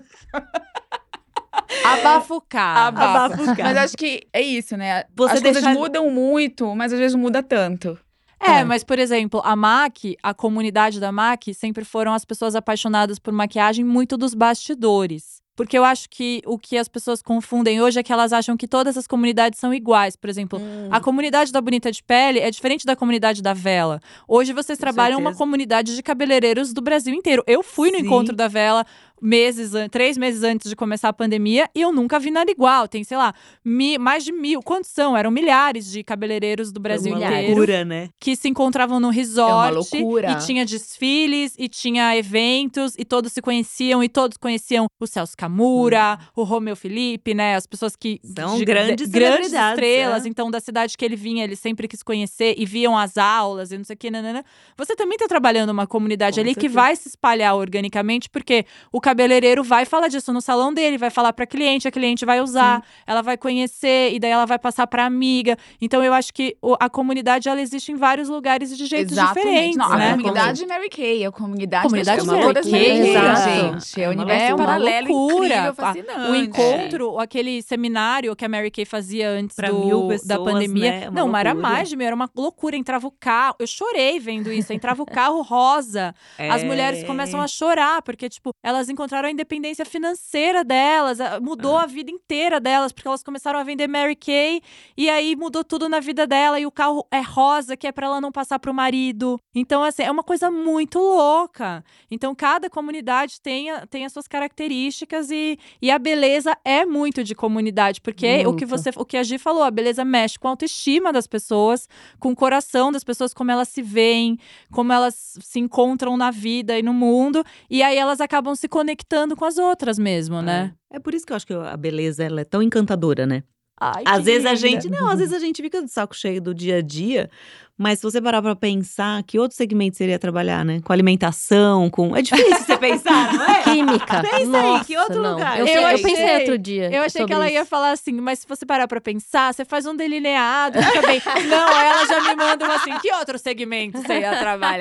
Abafucar. Abafa. Abafucar. Mas acho que é isso, né? Você As coisas deixar- mudam muito, mas às vezes não muda tanto. É, É. mas, por exemplo, a M A C, a comunidade da M A C, sempre foram as pessoas apaixonadas por maquiagem muito dos bastidores. Porque eu acho que o que as pessoas confundem hoje é que elas acham que todas as comunidades são iguais. Por exemplo, a comunidade da Bonita de Pele é diferente da comunidade da Vela. Hoje vocês Com trabalham uma certeza. comunidade de cabeleireiros do Brasil inteiro. Eu fui no Sim. encontro da Vela meses, an- três meses antes de começar a pandemia e eu nunca vi nada igual. Tem, sei lá, mi- mais de mil. Quantos são? Eram milhares de cabeleireiros do Brasil Uma inteiro loucura, né? que se encontravam no resort. loucura. E tinha desfiles, e tinha eventos, e todos se conheciam, e todos conheciam o Celso Camura, o Romeu Felipe, né? As pessoas que… São de- grandes de- grandes celebridades, estrelas. é. Então, da cidade que ele vinha, ele sempre quis conhecer, e viam as aulas, e não sei o que, nanana. Você também tá trabalhando uma comunidade Com ali que certeza. vai se espalhar organicamente, porque o cabeleireiro vai falar disso no salão dele, vai falar pra cliente, a cliente vai usar, ela vai conhecer, e daí ela vai passar pra amiga. Então, eu acho que o- a comunidade, ela existe em vários lugares e de jeitos Exatamente. diferentes, Não, né? a comunidade Mary Kay, a comunidade, Comunidade das Mary todas Kay, Mary Kay, exato. gente. É É um uma universo É uma paralelo loucura. incrível, A- fascinante. O encontro, aquele seminário que a Mary Kay fazia antes Pra do- mil da pessoas, pandemia. né? É uma Não, mas era loucura. mais de mil, era uma loucura. Entrava o carro. Eu chorei vendo isso. Entrava o carro rosa. As É. mulheres começam a chorar, porque, tipo, elas encontraram a independência financeira delas. a- Mudou Ah. a vida inteira delas, porque elas começaram a vender Mary Kay. E aí mudou tudo na vida dela. E o carro é rosa, que é pra ela não passar pro marido. Então, assim, é uma coisa muito louca. Então, cada comunidade tem, a- tem as suas características e, e a beleza é muito de comunidade. Porque o que, Muito. você, o que a Gi falou, a beleza mexe com a autoestima das pessoas, com o coração das pessoas, como elas se veem, como elas se encontram na vida e no mundo. E aí elas acabam se conectando com as outras mesmo, né? É. É por isso que eu acho que a beleza ela é tão encantadora, né? Ai, Às que vezes a linda. gente. Não, às vezes a gente fica de saco cheio do dia a dia. Mas se você parar pra pensar, que outro segmento seria trabalhar, né? Com alimentação, com. É difícil você pensar, não é? Química. Pensa aí, Nossa, que outro não. lugar? Eu, Eu sei- eu achei- pensei outro dia. Eu achei que sobre ela ia isso. falar assim, mas se você parar pra pensar, você faz um delineado, fica bem. Não, aí ela já me manda uma assim, que outro segmento você ia trabalhar?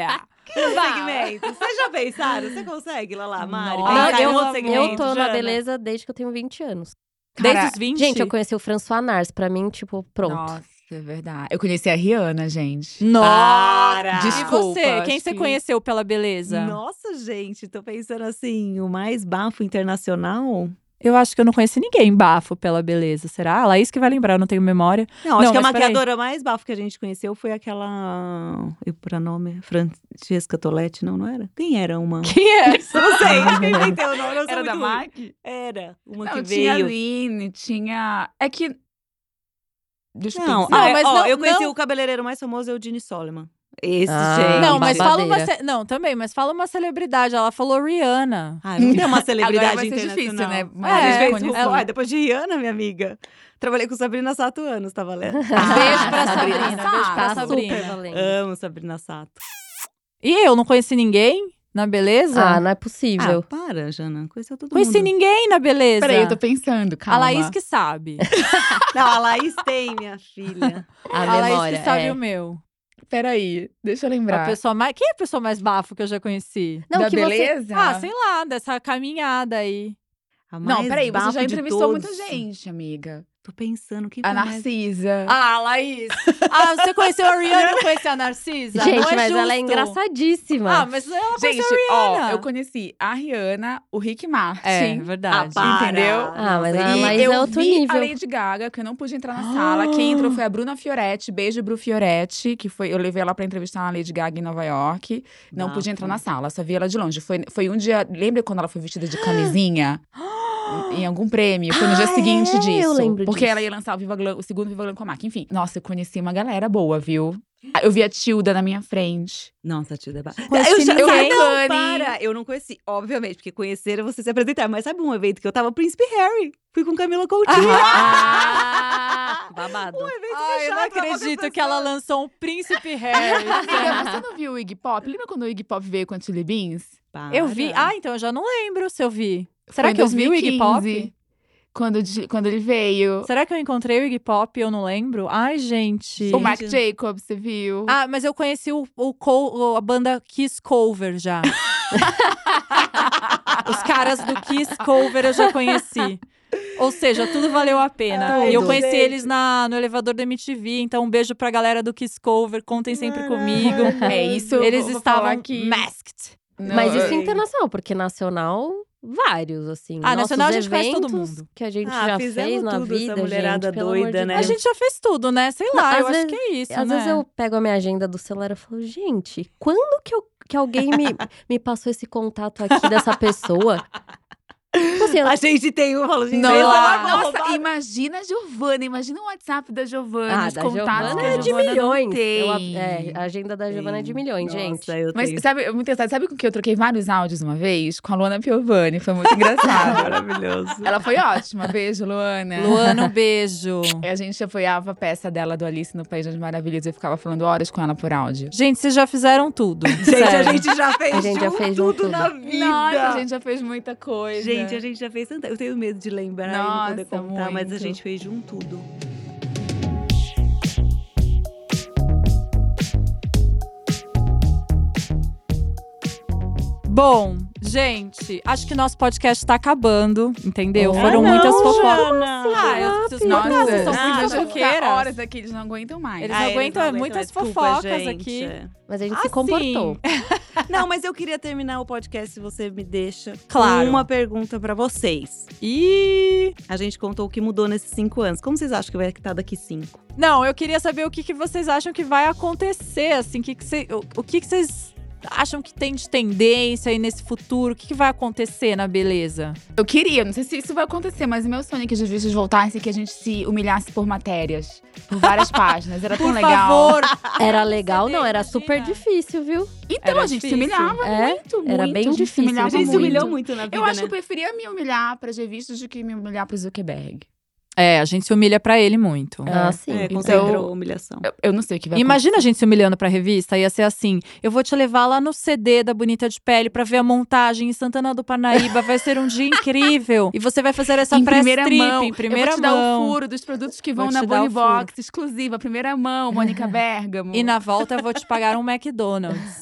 Que é o segmento? Vocês já pensaram? Você consegue, Lala, Mari? Nossa, Pensar em eu, um outro eu segmento, tô na Jana? beleza desde que eu tenho vinte anos. Desde Cara, os vinte? Gente, eu conheci o François Nars. Pra mim, tipo, pronto. Nossa, é verdade. Eu conheci a Rihanna, gente. Nossa! Para! E Desculpa, você? Quem acho você que- conheceu pela beleza? Nossa, gente, tô pensando assim, o mais bafo internacional? Eu acho que eu não conheci ninguém bafo pela beleza. Será? A Laís que vai lembrar, eu não tenho memória. Não, acho Não, que a mas peraí. maquiadora mais bafo que a gente conheceu foi aquela. E por nome? Francesca Toletti, não, não era? Quem era uma? Quem é essa? Não sei, acho que eu inventei o nome, eu sou Era da muito ruim. MAC? Era, uma Não, que tinha a veio. Aline, tinha… É que… Deixa eu Não, pensar. Não, ah, mas ó, não- eu conheci não- o cabeleireiro mais famoso, é o Eugene Solomon. Esse, Ah, gente. Não, mas fala uma. babadeira. ce- Não, também, mas fala uma celebridade. Ela falou Rihanna. Ah, não tem uma celebridade Agora vai ser difícil, internacional. né? A Mas gente É, fez conheci- um- ela- Ó, depois de Rihanna, minha amiga. Trabalhei com Sabrina Sato anos, tá valendo? Beijo pra Sabrina Sabrina. Sato. Beijo pra Tá Sabrina. super valendo. Amo Sabrina Sato. E eu não conheci ninguém na beleza? Ah, não é Ah, possível. para, Jana. Conheceu todo Conheci mundo. ninguém na beleza. Peraí, eu tô pensando, A calma. Laís que sabe. Não, a Laís tem, minha filha. A, A Laís memória, que sabe é. o meu. Peraí, deixa eu A lembrar. pessoa mais... Quem é a pessoa mais bafo que eu já conheci? Não, da que você… beleza? Ah, sei lá, dessa caminhada aí. A Não, mais peraí, você bafo já de entrevistou muita todos. gente, amiga. Tô pensando, que A foi mais- Narcisa. Ah, Laís. Ah, você conheceu a Rihanna e não conheceu a Narcisa? Gente, não é mas ela é justo. engraçadíssima. Ah, mas ela Gente, conheceu a ó, Rihanna. eu conheci a Rihanna, o Rick Martin. É, verdade. Ah, para. Entendeu? Ah, mas Nossa, a e- Laís eu é outro vi nível. a Lady Gaga, que eu não pude entrar na sala. Quem entrou foi a Bruna Fioretti. Beijo, Bru Fioretti, que foi… Eu levei ela pra entrevistar a Lady Gaga em Nova York. Não pude entrar na sala, só vi ela de longe. Foi, foi um dia… Lembra quando ela foi vestida de camisinha? em algum prêmio. Foi no dia Ah, seguinte é? disso. Eu lembro Porque disso. ela ia lançar o, Viva Glam, o segundo Viva Glam com a Mac. Enfim, nossa, eu conheci uma galera boa, viu? Eu vi a Tilda na minha frente. Nossa, Tilda é ba- Conheci eu já, eu, ninguém. não, Fanny. para! Eu não conheci, obviamente, porque conhecer é você se apresentar. Mas sabe um evento que eu tava? Príncipe Harry. Fui com Camila Coutinho. Ah, babado. Um evento Ai, eu fechado não pra poucas acredito que ela pessoas. lançou um Príncipe Harry. Amiga, você não viu o Iggy Pop? Lembra quando o Iggy Pop veio com a Chili Beans? Eu vi. Para. Ah, então eu já não lembro se eu vi. Será Foi em que eu vi o Iggy Pop? dois mil e quinze, Quando, de- quando ele veio. Será que eu encontrei o Iggy Pop e eu não lembro? Ai, gente. O Marc Jacobs, você viu? Ah, mas eu conheci o, o co- a banda Kiss Cover já. Os caras do Kiss Cover eu já conheci. Ou seja, tudo valeu a pena. Ai, e eu tudo. conheci Gente. eles na, no elevador da M T V, então um beijo pra galera do Kiss Cover, contem sempre comigo. É isso. eu Eles vou- vou estavam falar aqui. masked. Não, Mas isso é eu- internacional, porque nacional, vários, assim. Ah, Nossos nacional a gente faz todo eventos mundo. que a gente Ah, já fizemos fez na tudo, essa vida, mulherada gente, pelo amor doida, de né? A Deus. gente já fez tudo, né? Sei Não, lá, às eu acho vezes- que é isso, Às né? vezes eu pego a minha agenda do celular e falo, gente, quando que, eu, que alguém me, me passou esse contato aqui dessa pessoa? Tipo assim, eu- A gente tem um, falo, gente, Não, essa lá. vai Nossa, roubar. imagina a Giovana, imagina o WhatsApp da Giovana, ah, os da contatos Giovana que a é de Giovana milhões. não tem. Eu a- é, a agenda da Giovana é de milhões, gente. Nossa, eu Mas tenho. sabe, é muito engraçado. Sabe com que eu troquei vários áudios uma vez? Com a Luana Piovani, foi muito engraçado. Maravilhoso. Ela foi ótima, beijo, Luana. Luana, um beijo. E a gente apoiava a peça dela do Alice no País das Maravilhas e eu ficava falando horas com ela por áudio. Gente, vocês já fizeram tudo. Gente, a sério. gente já fez, A gente já de um fez de um tudo tudo. na vida. Nossa, a gente já fez muita coisa. Gente, a gente já fez tanta… Eu tenho medo de lembrar e não poder Nossa, contar, mas a muito. gente fez de um tudo. Bom, gente, acho que nosso podcast tá acabando, entendeu? Oh. Foram Ah, muitas não, fofocas. Jana. Ah, eu preciso Nossa, contar, vocês são Ah, muito eu vou ficar fofoqueiras. horas aqui, eles não aguentam mais. Eles Ah, não aguentam, é aguentam muitas mais. Desculpa, fofocas gente. aqui. Mas a gente Assim, se comportou. Não, mas eu queria terminar o podcast, se você me deixa, Claro. com uma pergunta pra vocês. E A gente contou o que mudou nesses cinco anos. Como vocês acham que vai estar daqui cinco? não, eu queria saber o que, que vocês acham que vai acontecer, assim, que que cê- o, o que, que vocês acham que tem de tendência aí nesse futuro? O que, que vai acontecer na beleza? Eu queria, não sei se isso vai acontecer, mas o meu sonho é que as revistas voltassem e que a gente se humilhasse por matérias. Por várias páginas. Era tão Por legal. favor. Era legal, não, era imagina. super difícil, viu? Então Era a gente difícil. se humilhava É, muito, era muito. bem a gente difícil. Se humilhava A gente se muito. humilhou muito na vida, Eu acho né? que eu preferia me humilhar pras revistas do que me humilhar pro Zuckerberg. É, a gente se humilha pra ele muito. Ah, sim. É, Então- concentrou a humilhação. Eu, eu não sei o que vai Imagina a gente se humilhando pra revista, ia ser assim: eu vou te levar lá no C D da Bonita de Pele pra ver a montagem em Santana do Parnaíba, vai ser um dia incrível. E você vai fazer essa em press primeira trip mão. em primeira eu vou te dar mão. o furo dos produtos que Vou vão te na dar Bonnie o furo. Box, exclusiva, primeira mão, Mônica Bergamo. E na volta eu vou te pagar um McDonald's.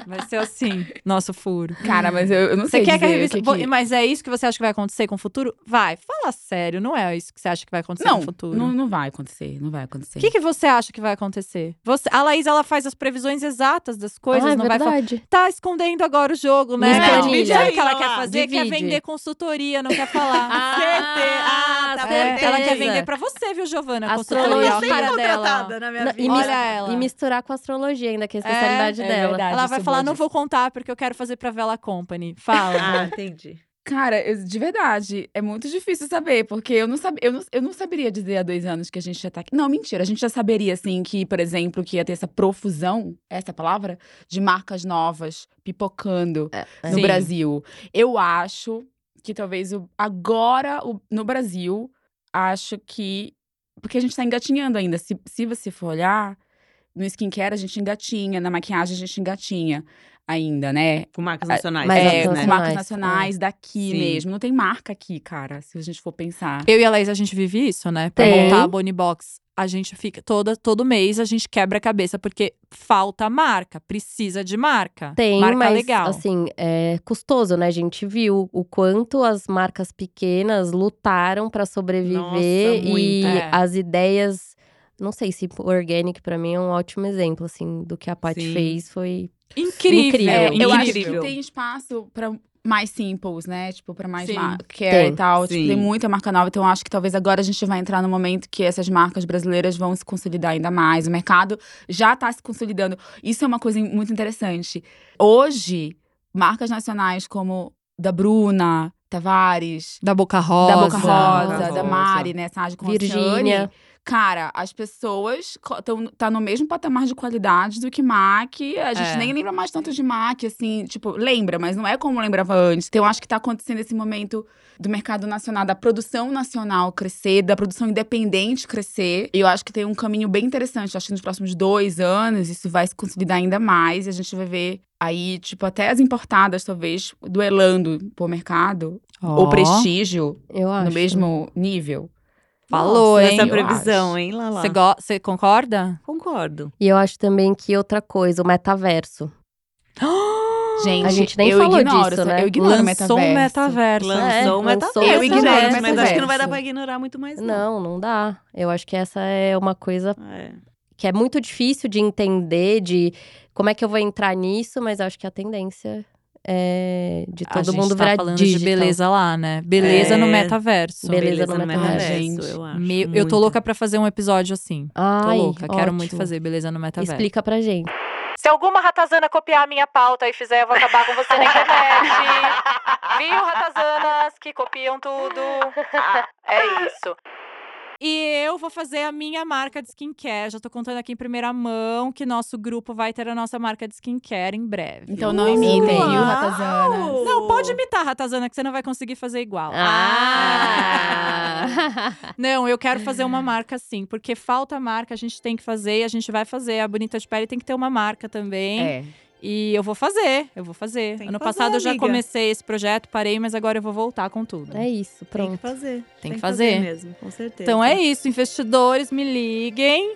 Vai ser assim, nosso furo. Cara, mas eu, eu não Você sei quer que a dizer revista… o que que- Mas é isso que você acha que vai acontecer com o futuro? Vai, fala sério, não é isso que você acha que vai acontecer Não, com o futuro. não, não vai acontecer, não vai acontecer. O que, que você acha que vai acontecer? Você, a Laís, ela faz as previsões exatas das coisas, ah, é não vai falar. verdade. Tá escondendo agora o jogo, né? Não, Divide divide aí o aí, que ela lá, quer lá. fazer, quer Divide. vender consultoria, não quer falar. Certeza. Ah, tá É, bom, ela quer entendi. vender pra você, viu, Giovana? Astrologia. Consultoria, Eu a tô cara dela. contratada na minha Não, vida. e, mis- Olha ela. e misturar com a astrologia ainda, que é a É, especialidade é dela. verdade. Ela vai sou falar, boa não disso. vou contar porque eu quero fazer pra Vela Company. Fala. Ah, entendi. Cara, eu- de verdade, é muito difícil saber, porque eu não, sab, eu, não, eu não saberia dizer há dois anos que a gente já tá aqui. Não, mentira, a gente já saberia, assim, que, por exemplo, que ia ter essa profusão, essa é a palavra, de marcas novas pipocando no Sim. Brasil. Eu acho que talvez o, agora, o- no Brasil, acho que. Porque a gente tá engatinhando ainda. Se, se você for olhar, no skincare a gente engatinha, na maquiagem a gente engatinha ainda, né? Com marcas nacionais. Mas É, marcas com né? nacionais. marcas nacionais daqui Sim. mesmo. Não tem marca aqui, cara, se a gente for pensar. Eu e a Laís, a gente vive isso, né? Pra Tem. montar a Bonnie Box, a gente fica… Toda, todo mês a gente quebra a cabeça, porque falta marca. Precisa de marca. Tem, marca mas legal. assim, é custoso, né? A gente viu o quanto as marcas pequenas lutaram pra sobreviver Nossa, muito. e É. as ideias, não sei se o Organic pra mim é um ótimo exemplo assim do que a Paty Sim. fez, foi Incrível. Incrível. É, eu acho incrível. que tem espaço pra mais simples, né? Tipo, pra mais Sim. ma- care Tem. e tal. Sim. Tipo, tem muita marca nova. Então, eu acho que talvez agora a gente vai entrar no momento que essas marcas brasileiras vão se consolidar ainda mais. O mercado já tá se consolidando. Isso é uma coisa muito interessante. Hoje, marcas nacionais como da Bruna, Tavares, Da Boca Rosa. da Boca Rosa, Rosa. da Mari, né? Sage com a Virgínia. Ciane. Cara, as pessoas co- tão, tá no mesmo patamar de qualidade do que MAC. A gente É. nem lembra mais tanto de MAC, assim, tipo, lembra, mas não é como lembrava antes. Então, eu acho que tá acontecendo esse momento do mercado nacional, da produção nacional crescer, da produção independente crescer. E eu acho que tem um caminho bem interessante. Acho que nos próximos dois anos isso vai se consolidar ainda mais. E a gente vai ver aí, tipo, até as importadas, talvez, duelando por mercado. Ó, Ou prestígio eu acho. no mesmo nível. Falou, Nossa, hein? essa eu previsão, acho. hein, Lala? Você go- você concorda? Concordo. E eu acho também que outra coisa, o metaverso. Gente, A gente nem eu falou ignoro, disso, essa- né? eu ignoro o Lançou um metaverso. metaverso. É, Lançou o lançou metaverso. o Eu ignoro o mas acho metaverso. que não vai dar pra ignorar muito mais, não. Não, não dá. Eu acho que essa é uma coisa É. que é muito difícil de entender, de como é que eu vou entrar nisso, mas eu acho que a tendência é de A todo gente mundo tá virar falando digital. de beleza lá, né? Beleza É. no metaverso. Beleza Beleza no no metaverso. metaverso, gente. eu acho. Meu- eu tô muito. louca pra fazer um episódio assim. Tô Ai, louca, quero muito ótimo. fazer beleza no metaverso. Explica pra gente. Se alguma ratazana copiar a minha pauta e fizer, eu vou acabar com você na internet. Viu, ratazanas que copiam tudo? É isso. E eu vou fazer a minha marca de skincare. Já tô contando aqui em primeira mão que nosso grupo vai ter a nossa marca de skincare em breve. Então não imitem, viu, Uau! Ratazana? Não, pode imitar, ratazana, que você não vai conseguir fazer igual. Ah! Não, eu quero fazer uma marca sim, porque falta marca, a gente tem que fazer e a gente vai fazer. A Bonita de Pele tem que ter uma marca também. É. E eu vou fazer, eu vou fazer. Tem que Ano fazer, passado eu já amiga. comecei esse projeto, parei, mas agora eu vou voltar com tudo. É isso, Tem que pronto. fazer. Tem que fazer. mesmo, com certeza. Então é isso, investidores, me liguem.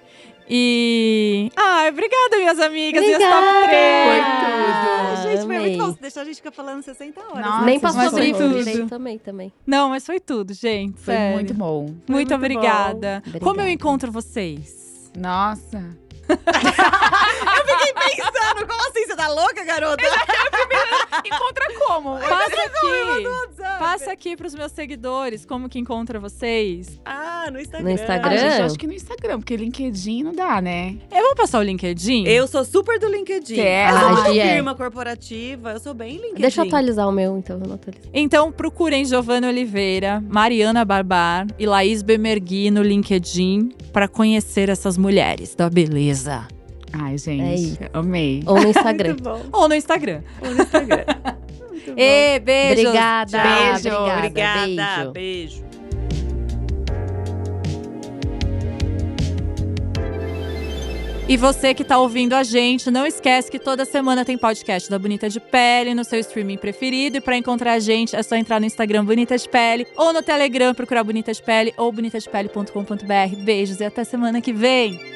E. Ah, obrigada, minhas amigas. Minhas top Obrigada! três. Foi Ah, tudo. gente, foi Amei. muito bom. Deixou a gente ficar falando sessenta horas. Nossa, Nem gente, passou mas do foi tudo. tudo. Nem também, também. Não, mas foi tudo, gente. Foi sério. muito bom. Muito, muito obrigada. bom. Como eu Obrigada. encontro vocês? Nossa. Pensando, como assim? Você tá louca, garota? Encontra como? Passa aqui. Passa aqui pros meus seguidores como que encontra vocês. Ah, no Instagram. No Instagram? Ah, gente, eu acho que no Instagram, porque LinkedIn não dá, né? Eu vou passar o LinkedIn? Eu sou super do LinkedIn. Você é? Eu sou Ah, uma Gi, é. firma corporativa, eu sou bem LinkedIn. Deixa eu atualizar o meu, então. Eu não atualizo. Então procurem Giovana Oliveira, Mariana Barbar e Laís Bemergui no LinkedIn para conhecer essas mulheres da beleza. Ai, gente. É isso. Amei. Ou no Instagram. Muito bom. Ou no Instagram. Ou no Instagram. Muito bom. E beijos. Obrigada. Beijo, obrigada. Obrigada. Beijo. Beijo. E você que tá ouvindo a gente, não esquece que toda semana tem podcast da Bonita de Pele no seu streaming preferido. E pra encontrar a gente, é só entrar no Instagram Bonita de Pele ou no Telegram procurar Bonita de Pele ou bonita de pele ponto com ponto b r. Beijos e até semana que vem.